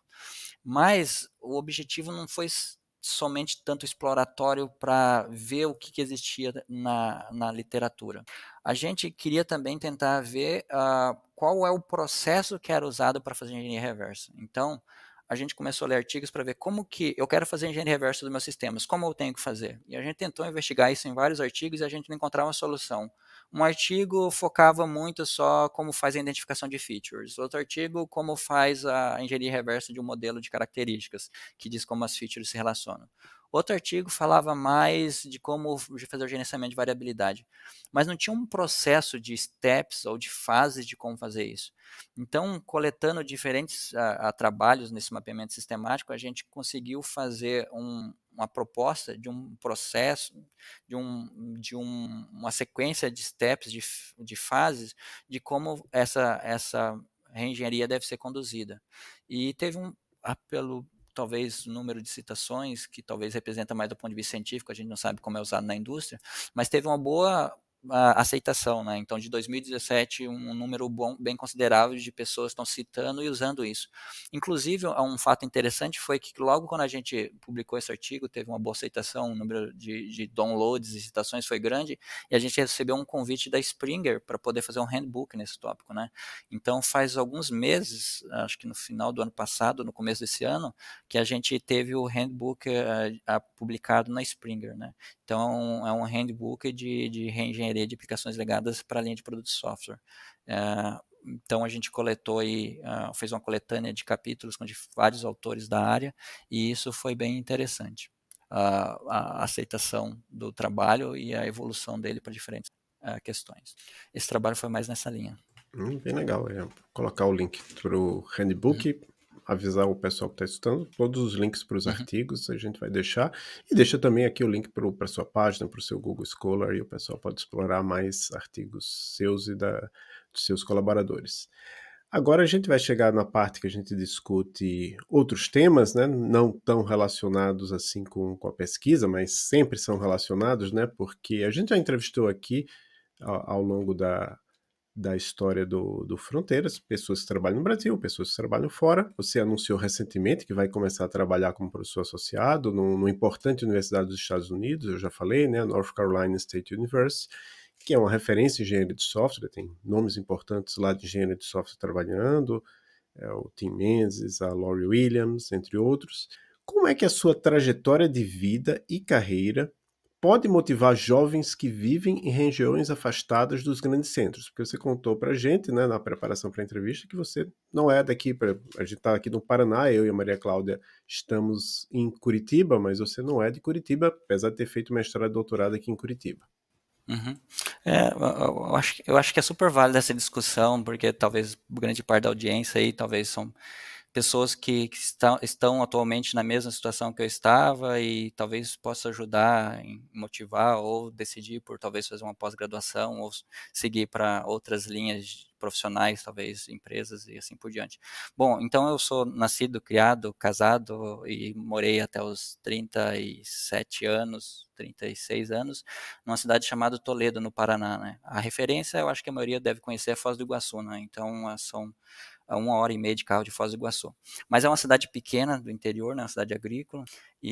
Mas o objetivo não foi somente tanto exploratório para ver o que, que existia na, na literatura. A gente queria também tentar ver uh, qual é o processo que era usado para fazer engenharia reversa. Então, a gente começou a ler artigos para ver como que eu quero fazer engenharia reversa dos meus sistemas, como eu tenho que fazer. E a gente tentou investigar isso em vários artigos e a gente não encontrava uma solução. Um artigo focava muito só como faz a identificação de features. Outro artigo, como faz a engenharia reversa de um modelo de características, que diz como as features se relacionam. Outro artigo falava mais de como fazer o gerenciamento de variabilidade. Mas não tinha um processo de steps ou de fases de como fazer isso. Então, coletando diferentes a, a trabalhos nesse mapeamento sistemático, a gente conseguiu fazer um, uma proposta de um processo, de, um, de um, uma sequência de steps, de, de fases, de como essa, essa reengenharia deve ser conduzida. E teve um apelo, talvez, número de citações, que talvez representa mais do ponto de vista científico, a gente não sabe como é usado na indústria, mas teve uma boa a aceitação, né? Então, de dois mil e dezessete, um número bom, bem considerável de pessoas estão citando e usando isso. Inclusive, um fato interessante foi que logo quando a gente publicou esse artigo, teve uma boa aceitação, o número de, de downloads e citações foi grande, e a gente recebeu um convite da Springer para poder fazer um handbook nesse tópico, né? Então, faz alguns meses, acho que no final do ano passado, no começo desse ano, que a gente teve o handbook uh, uh, publicado na Springer, né? Então, é um handbook de, de reengenharia de aplicações ligadas para a linha de produto de software. Uh, então, a gente coletou aí, uh, fez uma coletânea de capítulos com de vários autores da área, e isso foi bem interessante. Uh, a aceitação do trabalho e a evolução dele para diferentes uh, questões. Esse trabalho foi mais nessa linha. Hum, bem legal. É. Colocar o link para o handbook, uhum. Avisar o pessoal que está estudando, todos os links para os uhum. artigos a gente vai deixar, e deixa também aqui o link para a sua página, para o seu Google Scholar, e o pessoal pode explorar mais artigos seus e da, dos seus colaboradores. Agora a gente vai chegar na parte que a gente discute outros temas, né, não tão relacionados assim com, com a pesquisa, mas sempre são relacionados, né, porque a gente já entrevistou aqui ao, ao longo da da história do, do Fronteiras, pessoas que trabalham no Brasil, pessoas que trabalham fora. Você anunciou recentemente que vai começar a trabalhar como professor associado numa importante universidade dos Estados Unidos, eu já falei, né, North Carolina State University, que é uma referência em engenharia de software, tem nomes importantes lá de engenharia de software trabalhando, é, o Tim Menzies, a Laurie Williams, entre outros. Como é que a sua trajetória de vida e carreira pode motivar jovens que vivem em regiões afastadas dos grandes centros? Porque você contou para a gente, né, na preparação para a entrevista, que você não é daqui, pra, a gente está aqui no Paraná, eu e a Maria Cláudia estamos em Curitiba, mas você não é de Curitiba, apesar de ter feito mestrado e doutorado aqui em Curitiba. Uhum. É, eu, eu, acho, eu acho que é super válida essa discussão, porque talvez grande parte da audiência aí, talvez são pessoas que, que estão, estão atualmente na mesma situação que eu estava e talvez possa ajudar em motivar ou decidir por talvez fazer uma pós-graduação ou seguir para outras linhas profissionais, talvez empresas e assim por diante. Bom, então eu sou nascido, criado, casado e morei até os trinta e sete anos, trinta e seis anos, numa cidade chamada Toledo, no Paraná, né? A referência, eu acho que a maioria deve conhecer, é Foz do Iguaçu, né? Então são a uma hora e meia de carro de Foz do Iguaçu. Mas é uma cidade pequena do interior, né, uma cidade agrícola,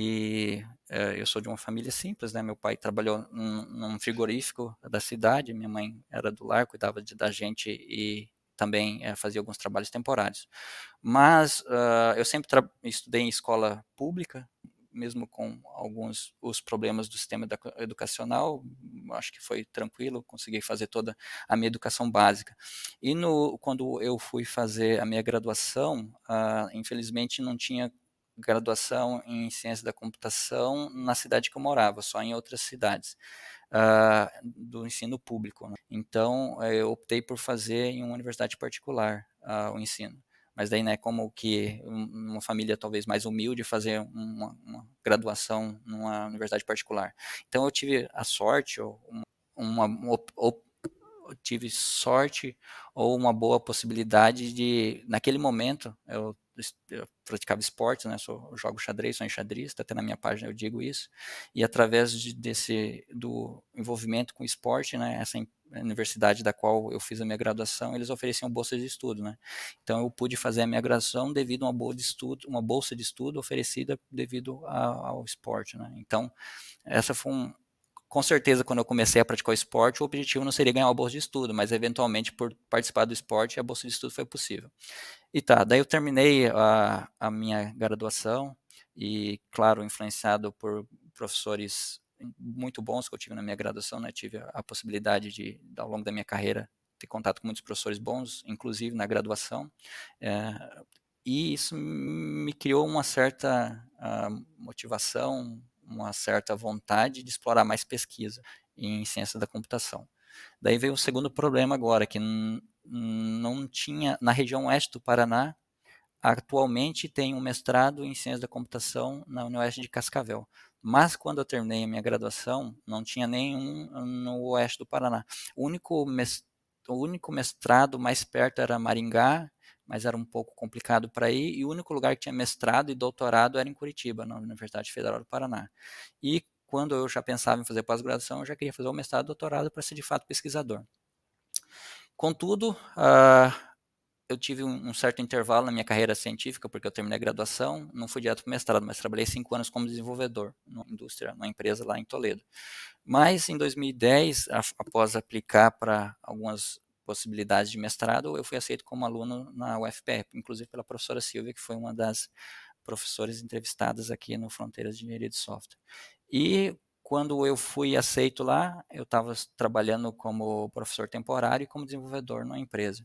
e é, eu sou de uma família simples, né, meu pai trabalhou num, num frigorífico da cidade, minha mãe era do lar, cuidava de, da gente e também é, fazia alguns trabalhos temporários. Mas uh, eu sempre estudei em escola pública, mesmo com alguns os problemas do sistema educacional, acho que foi tranquilo, consegui fazer toda a minha educação básica. E no, quando eu fui fazer a minha graduação, uh, infelizmente não tinha graduação em ciência da computação na cidade que eu morava, só em outras cidades. Uh, do ensino público, né? Então eu optei por fazer em uma universidade particular, uh, o ensino. Mas daí, né, como que uma família talvez mais humilde fazer uma, uma graduação numa universidade particular. Então eu tive a sorte, ou uma, uma ou, eu tive sorte ou uma boa possibilidade de, naquele momento, eu, eu praticava esportes, né, sou, eu jogo xadrez, sou enxadrista, até na minha página eu digo isso, e através de, desse, do envolvimento com esporte, né, essa universidade da qual eu fiz a minha graduação, eles ofereciam bolsas de estudo, né, então eu pude fazer a minha graduação devido a uma bolsa de estudo, uma bolsa de estudo oferecida devido a, ao esporte, né, então essa foi um, com certeza, quando eu comecei a praticar o esporte, o objetivo não seria ganhar uma bolsa de estudo, mas eventualmente, por participar do esporte, a bolsa de estudo foi possível. E tá, daí eu terminei a, a minha graduação e, claro, influenciado por professores muito bons que eu tive na minha graduação, né? Tive a, a possibilidade de, ao longo da minha carreira, ter contato com muitos professores bons, inclusive na graduação. É, e isso me criou uma certa uh, motivação, uma certa vontade de explorar mais pesquisa em ciência da computação. Daí veio o segundo problema agora, que não tinha, na região oeste do Paraná, atualmente tem um mestrado em ciência da computação na Universidade de Cascavel. Mas quando eu terminei a minha graduação, não tinha nenhum no oeste do Paraná. O único, o único mestrado mais perto era Maringá, mas era um pouco complicado para ir, e o único lugar que tinha mestrado e doutorado era em Curitiba, na Universidade Federal do Paraná. E quando eu já pensava em fazer pós-graduação, eu já queria fazer o mestrado e doutorado para ser de fato pesquisador. Contudo, uh, eu tive um, um certo intervalo na minha carreira científica, porque eu terminei a graduação, não fui direto para o mestrado, mas trabalhei cinco anos como desenvolvedor numa indústria, numa empresa lá em Toledo. Mas em dois mil e dez, a, após aplicar para algumas possibilidades de mestrado, eu fui aceito como aluno na U F P R, inclusive pela professora Silvia, que foi uma das professoras entrevistadas aqui no Fronteiras de Engenharia de Software. E quando eu fui aceito lá, eu estava trabalhando como professor temporário e como desenvolvedor numa empresa.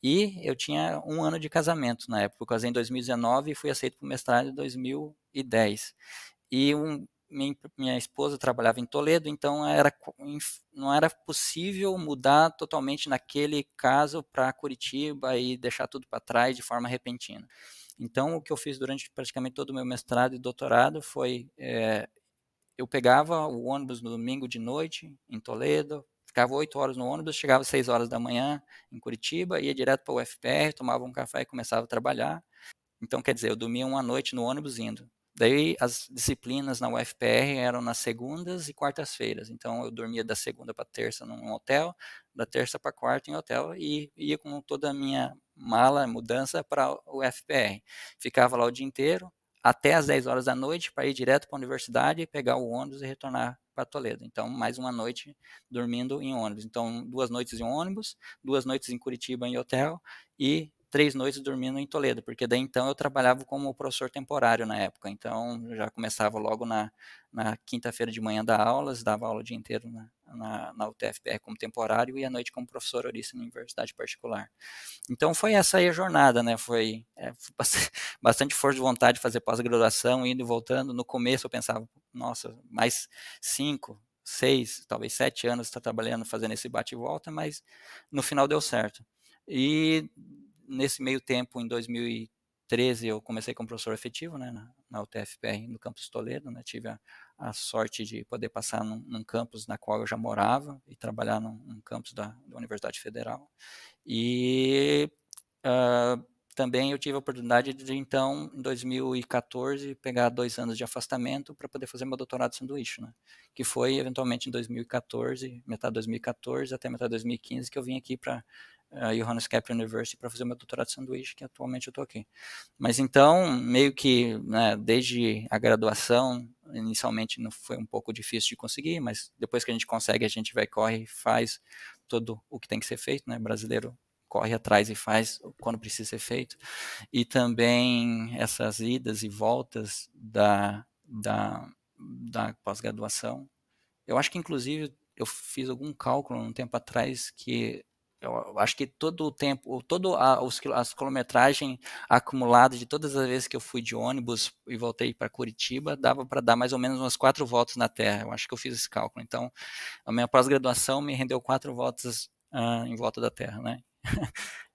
E eu tinha um ano de casamento na época. Eu casei em dois mil e dezenove e fui aceito para o mestrado em dois mil e dez. E um, minha, minha esposa trabalhava em Toledo, então era, não era possível mudar totalmente naquele caso para Curitiba e deixar tudo para trás de forma repentina. Então, o que eu fiz durante praticamente todo o meu mestrado e doutorado foi, é, eu pegava o ônibus no domingo de noite, em Toledo, ficava oito horas no ônibus, chegava às seis horas da manhã em Curitiba, ia direto para o U F P R, tomava um café e começava a trabalhar. Então, quer dizer, eu dormia uma noite no ônibus indo. Daí, as disciplinas na U F P R eram nas segundas e quartas-feiras. Então, eu dormia da segunda para terça num hotel, da terça para quarta em hotel, e ia com toda a minha mala, mudança para o U F P R. Ficava lá o dia inteiro, até às dez horas da noite, para ir direto para a universidade, pegar o ônibus e retornar para Toledo. Então, mais uma noite dormindo em ônibus. Então, duas noites em ônibus, duas noites em Curitiba em hotel, e três noites dormindo em Toledo, porque daí então eu trabalhava como professor temporário na época, então eu já começava logo na, na quinta-feira de manhã dar aulas, dava aula o dia inteiro na, na, na U T F P R como temporário e à noite como professor horista na universidade particular. Então foi essa aí a jornada, né? Foi, é, foi bastante, bastante força de vontade de fazer pós-graduação, indo e voltando. No começo eu pensava, nossa, mais cinco, seis, talvez sete anos estar trabalhando, fazendo esse bate e volta, mas no final deu certo. E nesse meio tempo, em dois mil e treze, eu comecei como professor efetivo, né, na, na U T F P R, no campus Toledo, né, tive a, a sorte de poder passar num, num campus na qual eu já morava e trabalhar num, num campus da, da Universidade Federal. E uh, também eu tive a oportunidade de, então, em dois mil e quatorze, pegar dois anos de afastamento para poder fazer meu doutorado de sanduíche, né, que foi, eventualmente, em dois mil e quatorze, metade de dois mil e quatorze até metade de dois mil e quinze, que eu vim aqui para a Johannes Kepler University para fazer meu doutorado de sanduíche, que atualmente eu estou aqui. Mas então, meio que, né, desde a graduação, inicialmente não foi um pouco difícil de conseguir, mas depois que a gente consegue, a gente vai, corre, faz todo o que tem que ser feito, né, brasileiro corre atrás e faz quando precisa ser feito. E também essas idas e voltas da, da, da pós-graduação. Eu acho que, inclusive, eu fiz algum cálculo um tempo atrás que eu acho que todo o tempo, toda a os, as quilometragem acumulada de todas as vezes que eu fui de ônibus e voltei para Curitiba, dava para dar mais ou menos umas quatro voltas na Terra. Eu acho que eu fiz esse cálculo. Então, a minha pós-graduação me rendeu quatro voltas uh, em volta da Terra, né?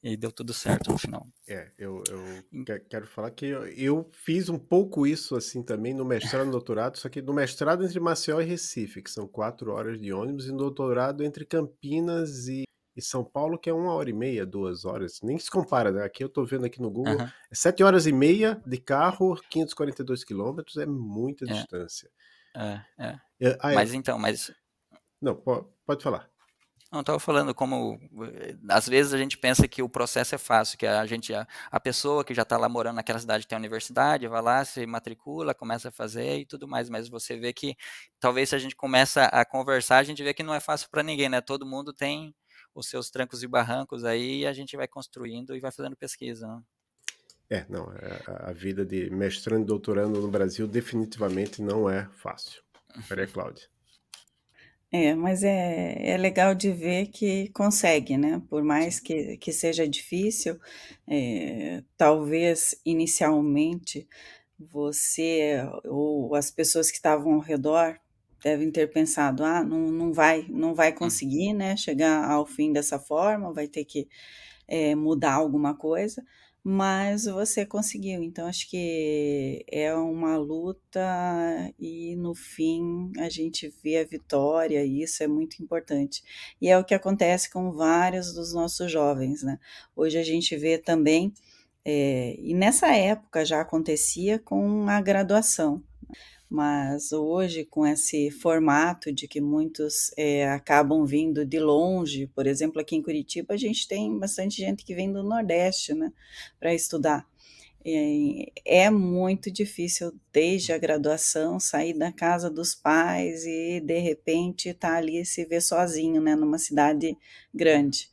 e deu tudo certo no final. É, eu, eu Em que- quero falar que eu, eu fiz um pouco isso assim também no mestrado e no doutorado, só que no mestrado entre Maceió e Recife, que são quatro horas de ônibus, e no doutorado entre Campinas e, e São Paulo, que é uma hora e meia, duas horas. Nem se compara, né? Aqui eu tô vendo aqui no Google, aham, é sete horas e meia de carro, quinhentos e quarenta e dois quilômetros, é muita é, distância. é, é. É, ah, é, Mas então, mas não, po- pode falar. não, eu estava falando como eh, às vezes a gente pensa que o processo é fácil, que a gente a, a pessoa que já está lá morando naquela cidade que tem a universidade, vai lá, se matricula, começa a fazer e tudo mais, mas você vê que talvez se a gente começa a conversar, a gente vê que não é fácil para ninguém, né? Todo mundo tem os seus trancos e barrancos aí e a gente vai construindo e vai fazendo pesquisa, né? É, não, é, a a vida de mestrando e doutorando no Brasil definitivamente não é fácil. Maria Cláudia. É, mas é, é legal de ver que consegue, né? Por mais Sim. que, que seja difícil, é, talvez inicialmente você ou as pessoas que estavam ao redor devem ter pensado, ah, não, não vai, não vai Hum, conseguir, né? Chegar ao fim dessa forma, vai ter que eh, mudar alguma coisa, mas você conseguiu. Então, acho que é uma luta e no fim a gente vê a vitória, e isso é muito importante. E é o que acontece com vários dos nossos jovens, né? Hoje a gente vê também, eh, e nessa época já acontecia com a graduação. Mas hoje, com esse formato de que muitos eh, acabam vindo de longe, por exemplo, aqui em Curitiba, a gente tem bastante gente que vem do Nordeste, né, para estudar. Eh, É muito difícil, desde a graduação, sair da casa dos pais e, de repente, estar tá ali e se ver sozinho, né, numa cidade uhum, grande.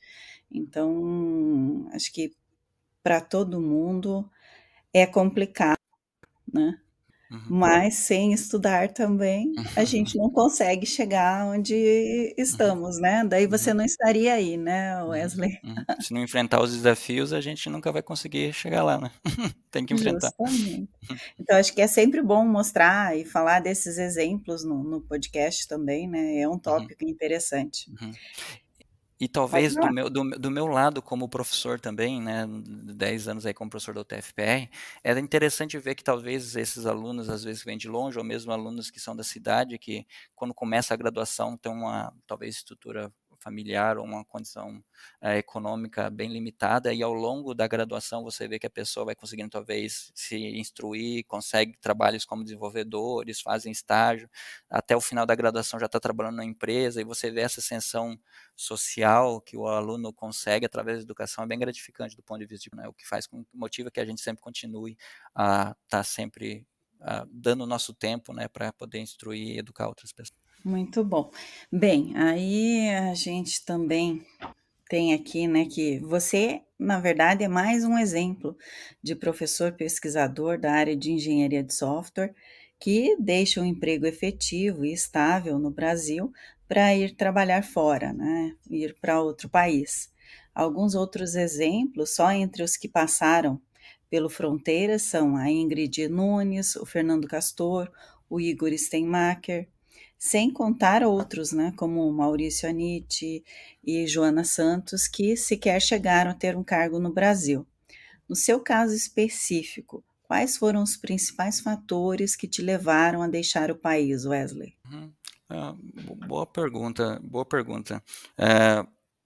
Então, acho que para todo mundo é complicado, né? uhum, Mas sem estudar também, a gente não consegue chegar onde uhum, estamos, né, daí você uhum, não estaria aí, né, uhum, Wesley? uhum. Se não enfrentar os desafios, a gente nunca vai conseguir chegar lá, né? Tem que enfrentar. Justamente. Então acho que é sempre bom mostrar e falar desses exemplos no no podcast também, né, é um Uhum, tópico interessante. uhum. E Pode talvez do falar. meu, do, do meu lado como professor também, né, dez anos aí como professor da U T F P R, era interessante ver que talvez esses alunos, às vezes vêm de longe, ou mesmo alunos que são da cidade, que quando começa a graduação tem uma, talvez, estrutura familiar ou uma condição eh, econômica bem limitada, e ao longo da graduação você vê que a pessoa vai conseguindo talvez se instruir, consegue trabalhos como desenvolvedores, fazem estágio, até o final da graduação já está trabalhando na empresa, e você vê essa ascensão social que o aluno consegue através da educação é bem gratificante do ponto de vista de, né, o que faz com motiva que a gente sempre continue a estar tá sempre a, dando o nosso tempo, né, para poder instruir e educar outras pessoas. Muito bom. Bem, aí a gente também tem aqui, né, que você, na verdade, é mais um exemplo de professor pesquisador da área de engenharia de software que deixa um emprego efetivo e estável no Brasil para ir trabalhar fora, né, ir para outro país. Alguns outros exemplos, só entre os que passaram pelo Fronteiras, são a Ingrid Nunes, o Fernando Castor, o Igor Steinmacher, sem contar outros, né, como Maurício Anitti e Joana Santos, que sequer chegaram a ter um cargo no Brasil. No seu caso específico, quais foram os principais fatores que te levaram a deixar o país, Wesley? Uhum. Ah, boa pergunta, boa pergunta. É,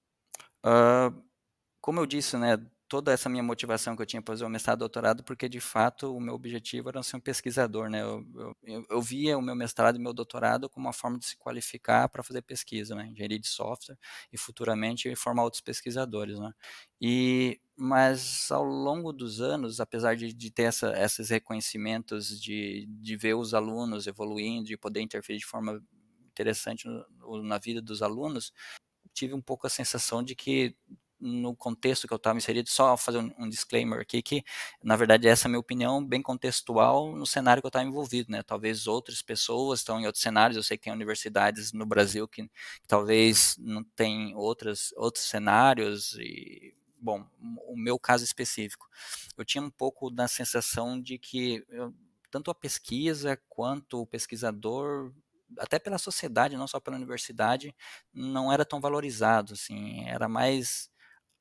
ah, como eu disse, né, toda essa minha motivação que eu tinha para fazer o mestrado e doutorado, porque de fato o meu objetivo era ser um pesquisador, né? Eu, eu, eu- eu via o meu mestrado e meu doutorado como uma forma de se qualificar para fazer pesquisa, né? Engenharia de software e futuramente formar outros pesquisadores, né? E mas ao longo dos anos, apesar de, de ter essa, esses reconhecimentos, de, de ver os alunos evoluindo, de poder interferir de forma interessante no- no- na vida dos alunos, tive um pouco a sensação de que no contexto que eu estava inserido, só fazer um, um disclaimer aqui, que na verdade essa é a minha opinião bem contextual no cenário que eu estava envolvido, né? Talvez outras pessoas estão em outros cenários, eu sei que tem universidades no Brasil que, que talvez não tem outras, outros cenários e, bom, o meu caso específico, eu tinha um pouco da sensação de que eu, tanto a pesquisa quanto o pesquisador, até pela sociedade, não só pela universidade, não era tão valorizado, assim, era mais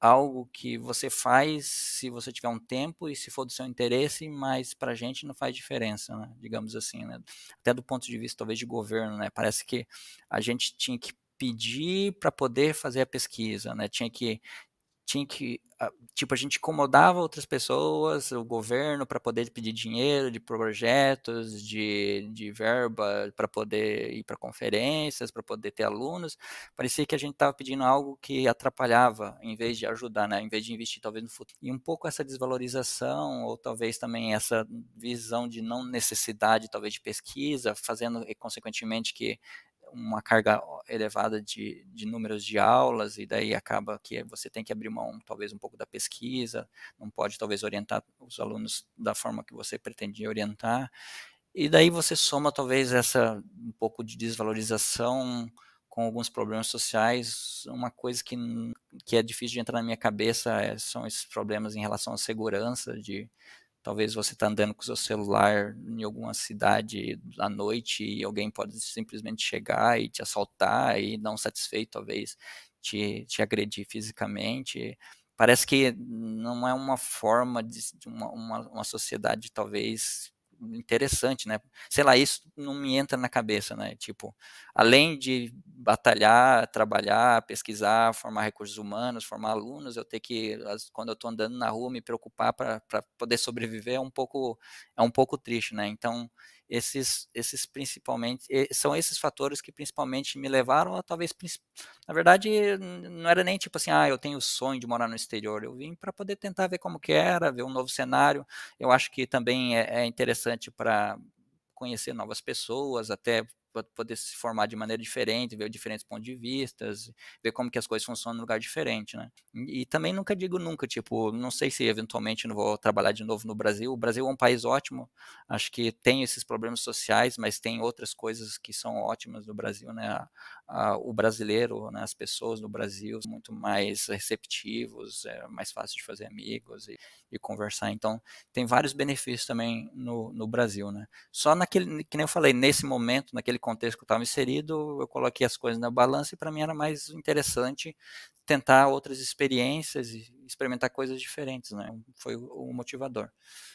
algo que você faz se você tiver um tempo e se for do seu interesse, mas para a gente não faz diferença, né, digamos assim, né. Até do ponto de vista talvez de governo, né, parece que a gente tinha que pedir para poder fazer a pesquisa, né, tinha que tinha que, ah, tipo, a gente incomodava outras pessoas, o governo, para poder pedir dinheiro de projetos, de de verba para poder ir para conferências, para poder ter alunos. Parecia que a gente estava pedindo algo que atrapalhava, em vez de ajudar, né, em vez de investir talvez no futuro. E um pouco essa desvalorização ou talvez também essa visão de não necessidade talvez de pesquisa, fazendo e consequentemente que uma carga elevada de, de números de aulas, e daí acaba que você tem que abrir mão talvez um pouco da pesquisa, não pode talvez orientar os alunos da forma que você pretendia orientar, e daí você soma talvez essa um pouco de desvalorização com alguns problemas sociais, uma coisa que, que é difícil de entrar na minha cabeça é, são esses problemas em relação à segurança, de talvez você está andando com o seu celular em alguma cidade à noite e alguém pode simplesmente chegar e te assaltar e não satisfeito talvez te, te agredir fisicamente. Parece que não é uma forma de, de uma, uma, uma sociedade talvez interessante, né? Sei lá, isso não me entra na cabeça, né? Tipo, além de batalhar, trabalhar, pesquisar, formar recursos humanos, formar alunos, eu ter que, quando eu estou andando na rua, me preocupar para poder sobreviver é um pouco é um pouco triste, né? Então, esses esses principalmente são esses fatores que principalmente me levaram a talvez, na verdade, não era nem tipo assim, ah, eu tenho o sonho de morar no exterior, eu vim para poder tentar ver como que era, ver um novo cenário. Eu acho que também é, é interessante para conhecer novas pessoas, até poder se formar de maneira diferente, ver diferentes pontos de vistas, ver como que as coisas funcionam em um lugar diferente, né? E, e também nunca digo nunca, tipo, não sei se eventualmente não vou trabalhar de novo no Brasil. O Brasil é um país ótimo, acho que tem esses problemas sociais, mas tem outras coisas que são ótimas no Brasil, né? A, a, o brasileiro, né? As pessoas no Brasil são muito mais receptivos, é mais fácil de fazer amigos e, e conversar. Então, tem vários benefícios também no, no Brasil, né? Só naquele, que nem eu falei, nesse momento, naquele contexto que eu estava inserido, eu coloquei as coisas na balança e para mim era mais interessante tentar outras experiências e experimentar coisas diferentes, né? Foi o, o motivador.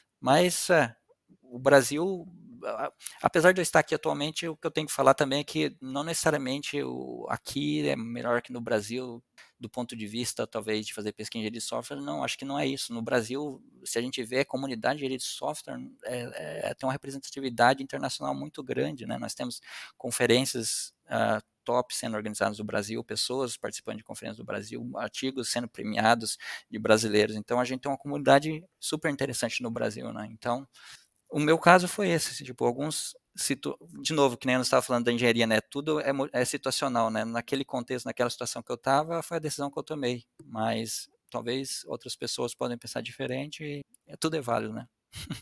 Mas é, o Brasil, apesar de eu estar aqui atualmente, o que eu tenho que falar também é que não necessariamente o, aqui é melhor que no Brasil, do ponto de vista, talvez, de fazer pesquisa em engenharia de software. Não, acho que não é isso. No Brasil, se a gente vê a comunidade de engenharia de software, é, é, tem uma representatividade internacional muito grande, né? Nós temos conferências uh, top sendo organizadas no Brasil, pessoas participando de conferências do Brasil, artigos sendo premiados de brasileiros. Então, a gente tem uma comunidade super interessante no Brasil, né? Então, o meu caso foi esse, tipo, alguns, situ... de novo, que nem eu estava falando da engenharia, né, tudo é, é situacional, né, naquele contexto, naquela situação que eu estava, foi a decisão que eu tomei, mas talvez outras pessoas podem pensar diferente e é, tudo é válido, né.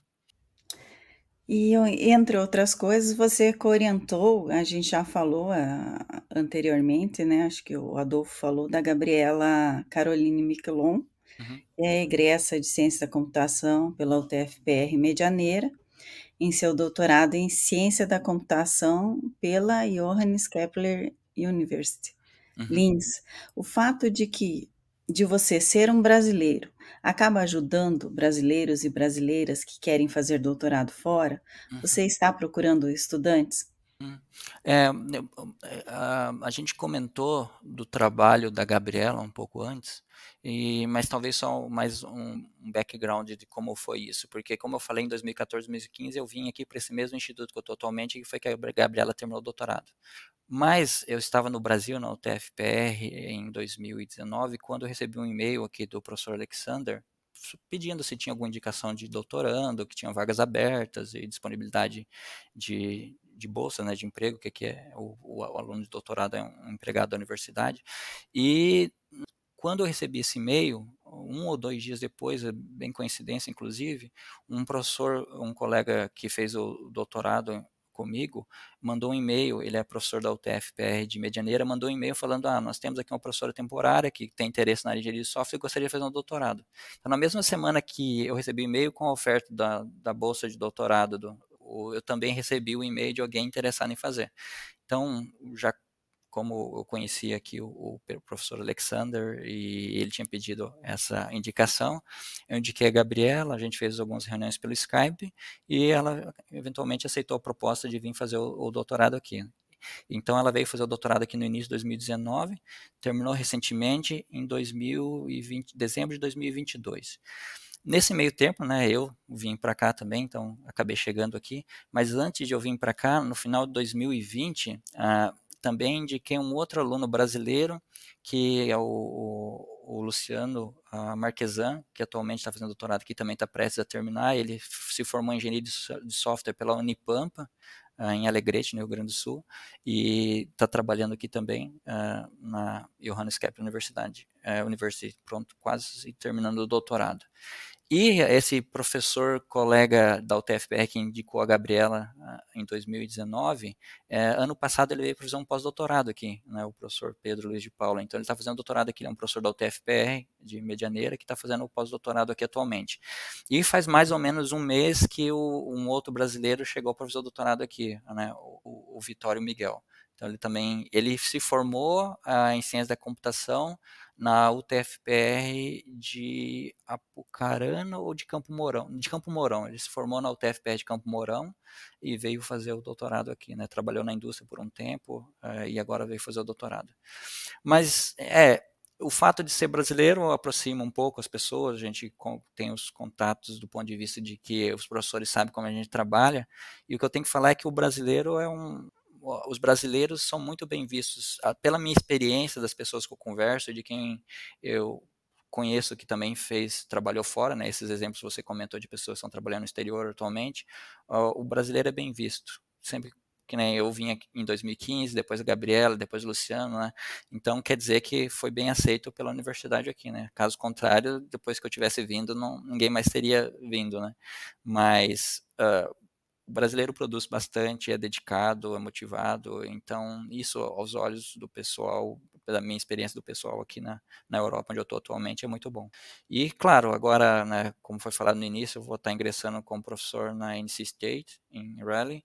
E entre outras coisas, você orientou, a gente já falou uh, anteriormente, né, acho que o Adolfo falou da Gabriela Caroline Miquelon, Uhum. é egressa de Ciência da Computação pela U T F P R Medianeira, em seu doutorado em Ciência da Computação pela Johannes Kepler University, Uhum. Linz. O fato de que de você ser um brasileiro acaba ajudando brasileiros e brasileiras que querem fazer doutorado fora? Uhum. Você está procurando estudantes? Hum. É, a, a gente comentou do trabalho da Gabriela um pouco antes, e, mas talvez só mais um, um background de como foi isso, porque como eu falei em dois mil e quatorze, dois mil e quinze, eu vim aqui para esse mesmo instituto que eu estou atualmente, que foi que a Gabriela terminou o doutorado. Mas eu estava no Brasil, na U T F P R, em dois mil e dezenove, quando eu recebi um e-mail aqui do professor Alexander, pedindo se tinha alguma indicação de doutorando, que tinha vagas abertas e disponibilidade de, de bolsa, né, de emprego, que, que é o, o, o aluno de doutorado é um empregado da universidade. E quando eu recebi esse e-mail, um ou dois dias depois, bem coincidência inclusive, um professor, um colega que fez o doutorado comigo, mandou um e-mail, ele é professor da U T F P R de Medianeira, mandou um e-mail falando, ah, nós temos aqui uma professora temporária que tem interesse na área de engenharia de software e gostaria de fazer um doutorado. Então, na mesma semana que eu recebi o e-mail com a oferta da, da bolsa de doutorado, do, eu também recebi o e-mail de alguém interessado em fazer. Então, já como eu conhecia aqui o, o professor Alexander e ele tinha pedido essa indicação, eu indiquei a Gabriela, a gente fez algumas reuniões pelo Skype e ela eventualmente aceitou a proposta de vir fazer o, o doutorado aqui. Então ela veio fazer o doutorado aqui no início de dois mil e dezenove, terminou recentemente em dois mil e vinte, dezembro de dois mil e vinte e dois. Nesse meio tempo, né, eu vim para cá também, então acabei chegando aqui, mas antes de eu vir para cá, no final de dois mil e vinte, ah, também indiquei um outro aluno brasileiro, que é o, o, o Luciano uh, Marquesan, que atualmente está fazendo doutorado aqui, também está prestes a terminar. Ele se formou em engenharia de, de software pela Unipampa, uh, em Alegrete, no Rio Grande do Sul, e está trabalhando aqui também uh, na Johannes Kepler Universidade, uh, University, pronto, quase terminando o doutorado. E esse professor colega da U T F P R que indicou a Gabriela uh, em dois mil e dezenove, eh, ano passado ele veio fazer um pós-doutorado aqui, né, o professor Pedro Luiz de Paula. Então ele está fazendo doutorado aqui, ele é um professor da U T F P R de Medianeira que está fazendo o pós-doutorado aqui atualmente. E faz mais ou menos um mês que o, um outro brasileiro chegou para fazer o doutorado aqui, né, o, o Vitório Miguel. Então ele também, ele se formou uh, em ciência da computação na U T F P R de Apucarana ou de Campo Mourão? De Campo Mourão, ele se formou na U T F P R de Campo Mourão e veio fazer o doutorado aqui, né? Trabalhou na indústria por um tempo uh, e agora veio fazer o doutorado. Mas, é, o fato de ser brasileiro aproxima um pouco as pessoas, a gente tem os contatos do ponto de vista de que os professores sabem como a gente trabalha, e o que eu tenho que falar é que o brasileiro é um... os brasileiros são muito bem vistos, pela minha experiência das pessoas que eu converso, de quem eu conheço que também fez, trabalhou fora, né, esses exemplos que você comentou de pessoas que estão trabalhando no exterior atualmente, o brasileiro é bem visto, sempre que nem eu vim aqui em dois mil e quinze, depois a Gabriela, depois o Luciano, né, então quer dizer que foi bem aceito pela universidade aqui, né, caso contrário, depois que eu tivesse vindo, não, ninguém mais teria vindo, né, mas... Uh, o brasileiro produz bastante, é dedicado, é motivado, então isso aos olhos do pessoal, pela minha experiência do pessoal aqui na, na Europa, onde eu estou atualmente, é muito bom. E claro, agora, né, como foi falado no início, eu vou estar ingressando como professor na N C State, em Raleigh,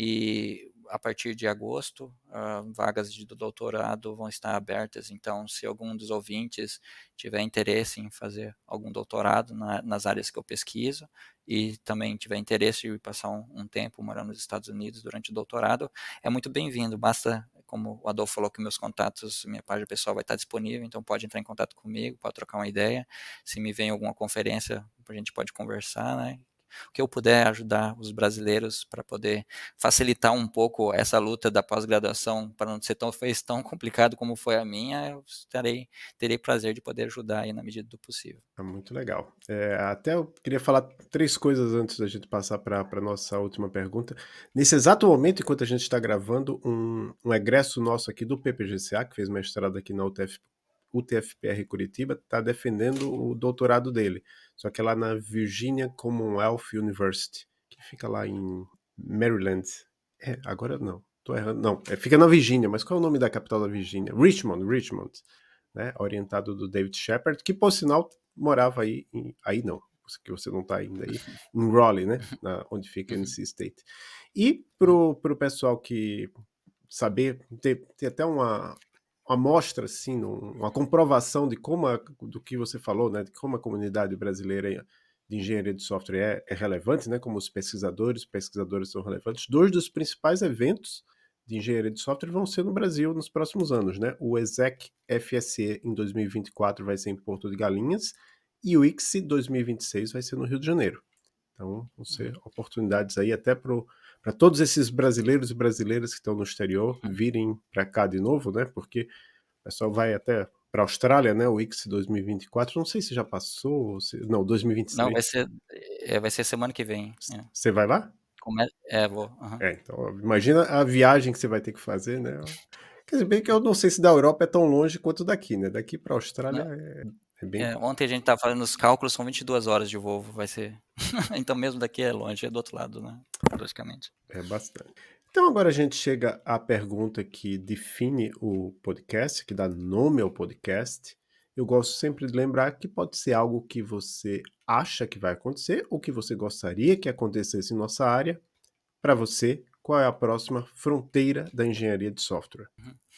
e a partir de agosto, uh, vagas de doutorado vão estar abertas, então se algum dos ouvintes tiver interesse em fazer algum doutorado na, nas áreas que eu pesquiso, e também tiver interesse em passar um, um tempo morando nos Estados Unidos durante o doutorado, é muito bem-vindo, basta, como o Adolfo falou, que meus contatos, minha página pessoal vai estar disponível, então pode entrar em contato comigo, pode trocar uma ideia, se me vem alguma conferência, a gente pode conversar, né? O que eu puder ajudar os brasileiros para poder facilitar um pouco essa luta da pós-graduação, para não ser tão, tão complicado como foi a minha, eu estarei, terei prazer de poder ajudar aí na medida do possível. É muito legal. É, até eu queria falar três coisas antes da gente passar para a nossa última pergunta. Nesse exato momento, enquanto a gente está gravando, um, um egresso nosso aqui do P P G C A, que fez mestrado aqui na U T F, U T F P R Curitiba, está defendendo o doutorado dele, só que é lá na Virginia Commonwealth University, que fica lá em Maryland. É, agora não, tô errando. Não, é, fica na Virgínia, mas qual é o nome da capital da Virgínia? Richmond, Richmond, né? Orientado do David Shepard, que por sinal morava aí, em, aí não, que você não está ainda aí, em Raleigh, né? Na, onde fica N C State. E pro, pro pessoal que saber, ter, ter até uma uma amostra, assim, uma comprovação de como a, do que você falou, né, de como a comunidade brasileira de engenharia de software é, é relevante, né, como os pesquisadores, pesquisadores são relevantes. Dois dos principais eventos de engenharia de software vão ser no Brasil nos próximos anos, né? O ESEC F S E em dois mil e vinte e quatro vai ser em Porto de Galinhas e o I C S I dois mil e vinte e seis vai ser no Rio de Janeiro. Então, vão ser oportunidades aí até para todos esses brasileiros e brasileiras que estão no exterior virem para cá de novo, né? Porque o pessoal vai até para a Austrália, né? O I C S I dois mil e vinte e quatro, não sei se já passou, se... não, dois mil e vinte e três. Não, vai ser, é, vai ser semana que vem. Você é. vai lá? Come... É, vou. Uhum. É, então, imagina a viagem que você vai ter que fazer, né? Quer dizer, bem que eu não sei se da Europa é tão longe quanto daqui, né? Daqui para a Austrália é, é bem... É, ontem a gente estava fazendo os cálculos, são vinte e duas horas de voo, vai ser... Então mesmo daqui é longe, é do outro lado, né? Praticamente. É bastante. Então agora a gente chega à pergunta que define o podcast, que dá nome ao podcast. Eu gosto sempre de lembrar que pode ser algo que você acha que vai acontecer ou que você gostaria que acontecesse em nossa área. Para você, qual é a próxima fronteira da engenharia de software? Uhum.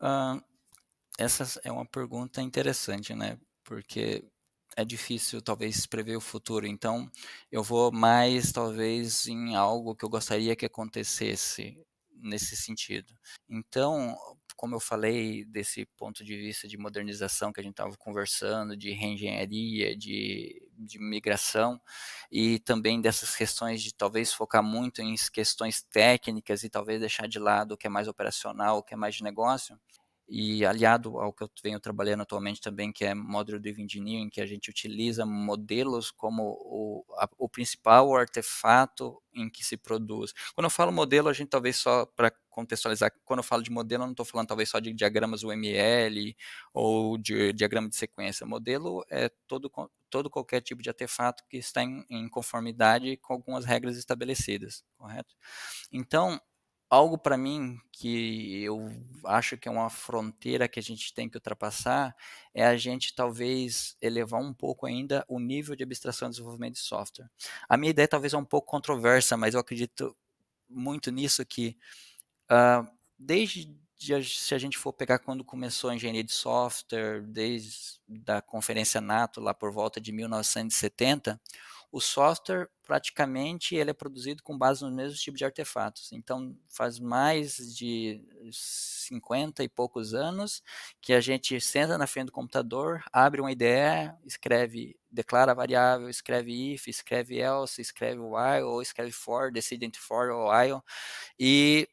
Uh, essa é uma pergunta interessante, né? Porque é difícil, talvez, prever o futuro. Então, eu vou mais, talvez, em algo que eu gostaria que acontecesse nesse sentido. Então, como eu falei desse ponto de vista de modernização que a gente estava conversando, de reengenharia, de, de migração, e também dessas questões de talvez focar muito em questões técnicas e talvez deixar de lado o que é mais operacional, o que é mais de negócio, e aliado ao que eu venho trabalhando atualmente também, que é Model Driven Engineering, que a gente utiliza modelos como o, a, o principal artefato em que se produz. Quando eu falo modelo, a gente talvez só, para contextualizar, quando eu falo de modelo, eu não estou falando talvez só de diagramas U M L ou de diagrama de sequência. Modelo é todo, todo qualquer tipo de artefato que está em, em conformidade com algumas regras estabelecidas, correto? Então, algo para mim que eu acho que é uma fronteira que a gente tem que ultrapassar é a gente talvez elevar um pouco ainda o nível de abstração e desenvolvimento de software. A minha ideia talvez é um pouco controversa, mas eu acredito muito nisso que uh, desde se a gente for pegar quando começou a engenharia de software, desde a conferência NATO lá por volta de mil novecentos e setenta, o software praticamente ele é produzido com base nos mesmos tipos de artefatos. Então faz mais de cinquenta e poucos anos que a gente senta na frente do computador, abre uma I D E, escreve, declara a variável, escreve if, escreve else, escreve while, ou escreve for, decide entre for ou while, e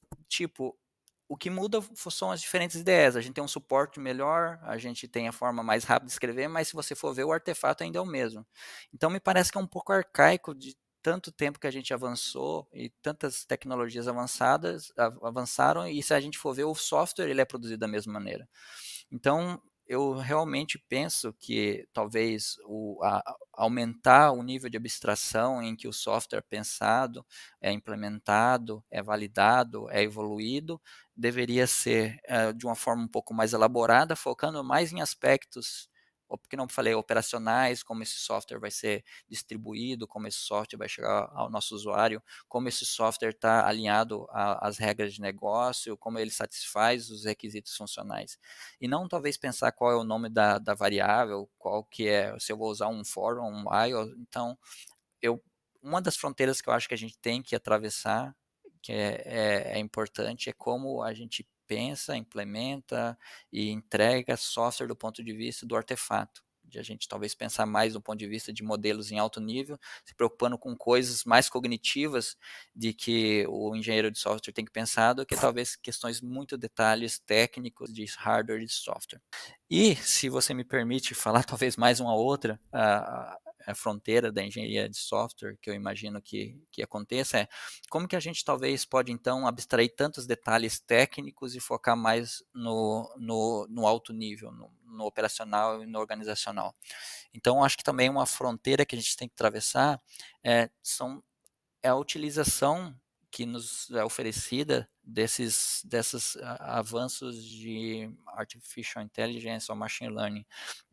tipo, o que muda são as diferentes ideias. A gente tem um suporte melhor, a gente tem a forma mais rápida de escrever, mas se você for ver, o artefato ainda é o mesmo. Então, me parece que é um pouco arcaico de tanto tempo que a gente avançou e tantas tecnologias avançadas avançaram, e se a gente for ver, o software ele é produzido da mesma maneira. Então, eu realmente penso que talvez o, a, aumentar o nível de abstração em que o software é pensado, é implementado, é validado, é evoluído, deveria ser uh, de uma forma um pouco mais elaborada, focando mais em aspectos, porque não falei, operacionais, como esse software vai ser distribuído, como esse software vai chegar ao nosso usuário, como esse software está alinhado às regras de negócio, como ele satisfaz os requisitos funcionais. E não talvez pensar qual é o nome da, da variável, qual que é, se eu vou usar um for ou um while. Então, eu, uma das fronteiras que eu acho que a gente tem que atravessar, que é, é, é importante, é como a gente pensa, implementa e entrega software do ponto de vista do artefato. De a gente talvez pensar mais do ponto de vista de modelos em alto nível, se preocupando com coisas mais cognitivas de que o engenheiro de software tem que pensar, do que talvez questões muito detalhes técnicos de hardware e de software. E, se você me permite falar talvez mais uma outra, a, a fronteira da engenharia de software, que eu imagino que, que aconteça, é como que a gente talvez pode, então, abstrair tantos detalhes técnicos e focar mais no, no, no alto nível, no, no operacional e no organizacional. Então, acho que também uma fronteira que a gente tem que atravessar é, são, é a utilização que nos é oferecida desses, desses avanços de artificial intelligence ou machine learning.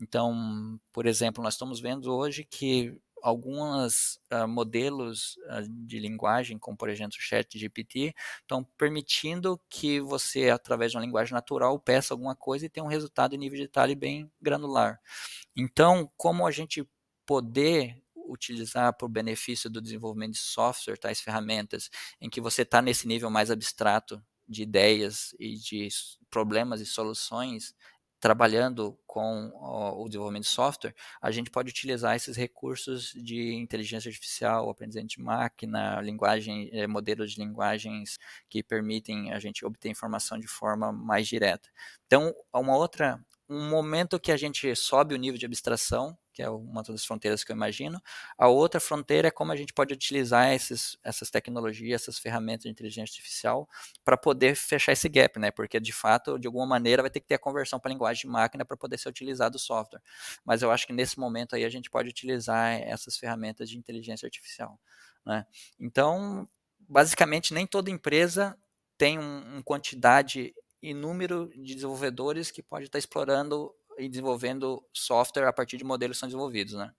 Então, por exemplo, nós estamos vendo hoje que alguns uh, modelos uh, de linguagem, como por exemplo o ChatGPT, estão permitindo que você, através de uma linguagem natural, peça alguma coisa e tenha um resultado em nível de detalhe bem granular. Então, como a gente poder utilizar para o benefício do desenvolvimento de software, tais ferramentas, em que você está nesse nível mais abstrato de ideias e de problemas e soluções, trabalhando com o desenvolvimento de software, a gente pode utilizar esses recursos de inteligência artificial, aprendizagem de máquina, linguagem, modelos de linguagens que permitem a gente obter informação de forma mais direta. Então, uma outra, um momento que a gente sobe o nível de abstração, que é uma das fronteiras que eu imagino. A outra fronteira é como a gente pode utilizar esses, essas tecnologias, essas ferramentas de inteligência artificial para poder fechar esse gap, né? Porque, de fato, de alguma maneira vai ter que ter a conversão para a linguagem de máquina para poder ser utilizado o software. Mas eu acho que nesse momento aí a gente pode utilizar essas ferramentas de inteligência artificial, né? Então, basicamente, nem toda empresa tem uma um quantidade e número de desenvolvedores que pode estar explorando e desenvolvendo software a partir de modelos que são desenvolvidos, né?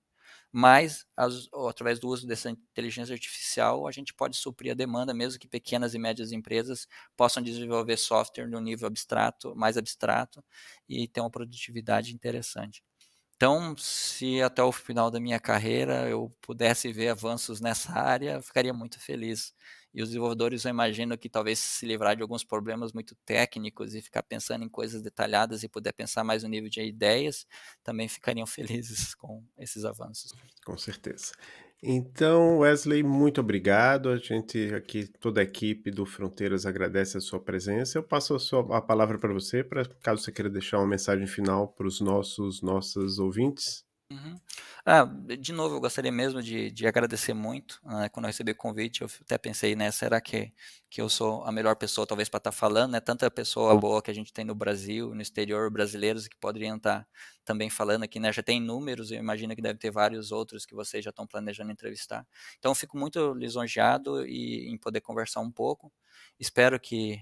mas as, através do uso dessa inteligência artificial, a gente pode suprir a demanda, mesmo que pequenas e médias empresas possam desenvolver software no nível abstrato, mais abstrato, e ter uma produtividade interessante. Então, se até o final da minha carreira eu pudesse ver avanços nessa área, eu ficaria muito feliz. E os desenvolvedores, eu imagino que talvez se livrar de alguns problemas muito técnicos e ficar pensando em coisas detalhadas e puder pensar mais no nível de ideias, também ficariam felizes com esses avanços. Com certeza. Então, Wesley, muito obrigado. A gente aqui, toda a equipe do Fronteiras agradece a sua presença. Eu passo a, sua, a palavra para você, para caso você queira deixar uma mensagem final para os nossos, nossos ouvintes. Uhum. Ah, de novo, eu gostaria mesmo de, de agradecer muito. Né? Quando eu recebi o convite, eu até pensei, né, será que, que eu sou a melhor pessoa talvez para estar falando, né? Tanta pessoa boa que a gente tem no Brasil, no exterior, brasileiros que poderiam estar também falando aqui, né? Já tem números, eu imagino que deve ter vários outros que vocês já estão planejando entrevistar. Então, eu fico muito lisonjeado e, em poder conversar um pouco. Espero que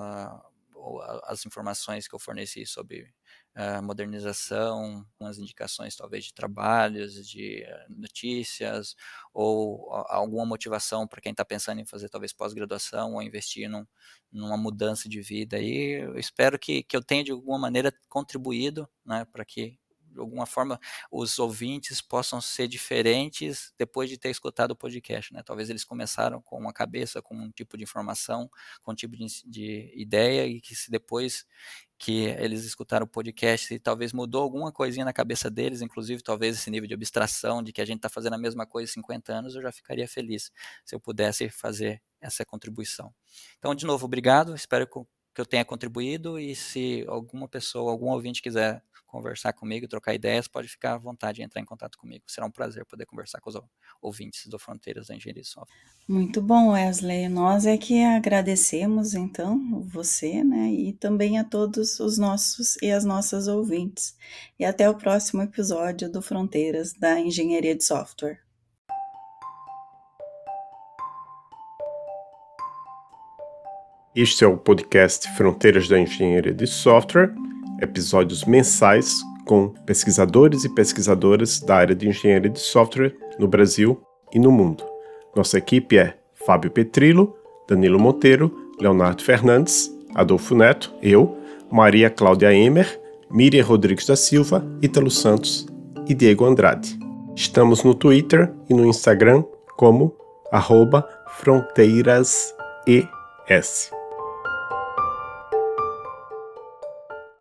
uh, as informações que eu forneci sobre Uh, modernização, umas indicações talvez de trabalhos, de uh, notícias, ou uh, alguma motivação para quem está pensando em fazer talvez pós-graduação ou investir num, numa mudança de vida. E eu espero que, que eu tenha de alguma maneira contribuído, né, para que de alguma forma os ouvintes possam ser diferentes depois de ter escutado o podcast, né? Talvez eles começaram com uma cabeça, com um tipo de informação, com um tipo de, de ideia, e que se depois que eles escutaram o podcast e talvez mudou alguma coisinha na cabeça deles, inclusive talvez esse nível de abstração de que a gente está fazendo a mesma coisa há cinquenta anos, eu já ficaria feliz se eu pudesse fazer essa contribuição. Então, de novo, obrigado, espero que eu tenha contribuído, e se alguma pessoa, algum ouvinte quiser conversar comigo, trocar ideias, pode ficar à vontade de entrar em contato comigo. Será um prazer poder conversar com os ouvintes do Fronteiras da Engenharia de Software. Muito bom, Wesley. Nós é que agradecemos, então, você, né, e também a todos os nossos e as nossas ouvintes. E até o próximo episódio do Fronteiras da Engenharia de Software. Este é o podcast Fronteiras da Engenharia de Software, episódios mensais com pesquisadores e pesquisadoras da área de engenharia de software no Brasil e no mundo. Nossa equipe é Fábio Petrillo, Danilo Monteiro, Leonardo Fernandes, Adolfo Neto, eu, Maria Cláudia Emer, Miriam Rodrigues da Silva, Ítalo Santos e Diego Andrade. Estamos no Twitter e no Instagram como arroba fronteirasES.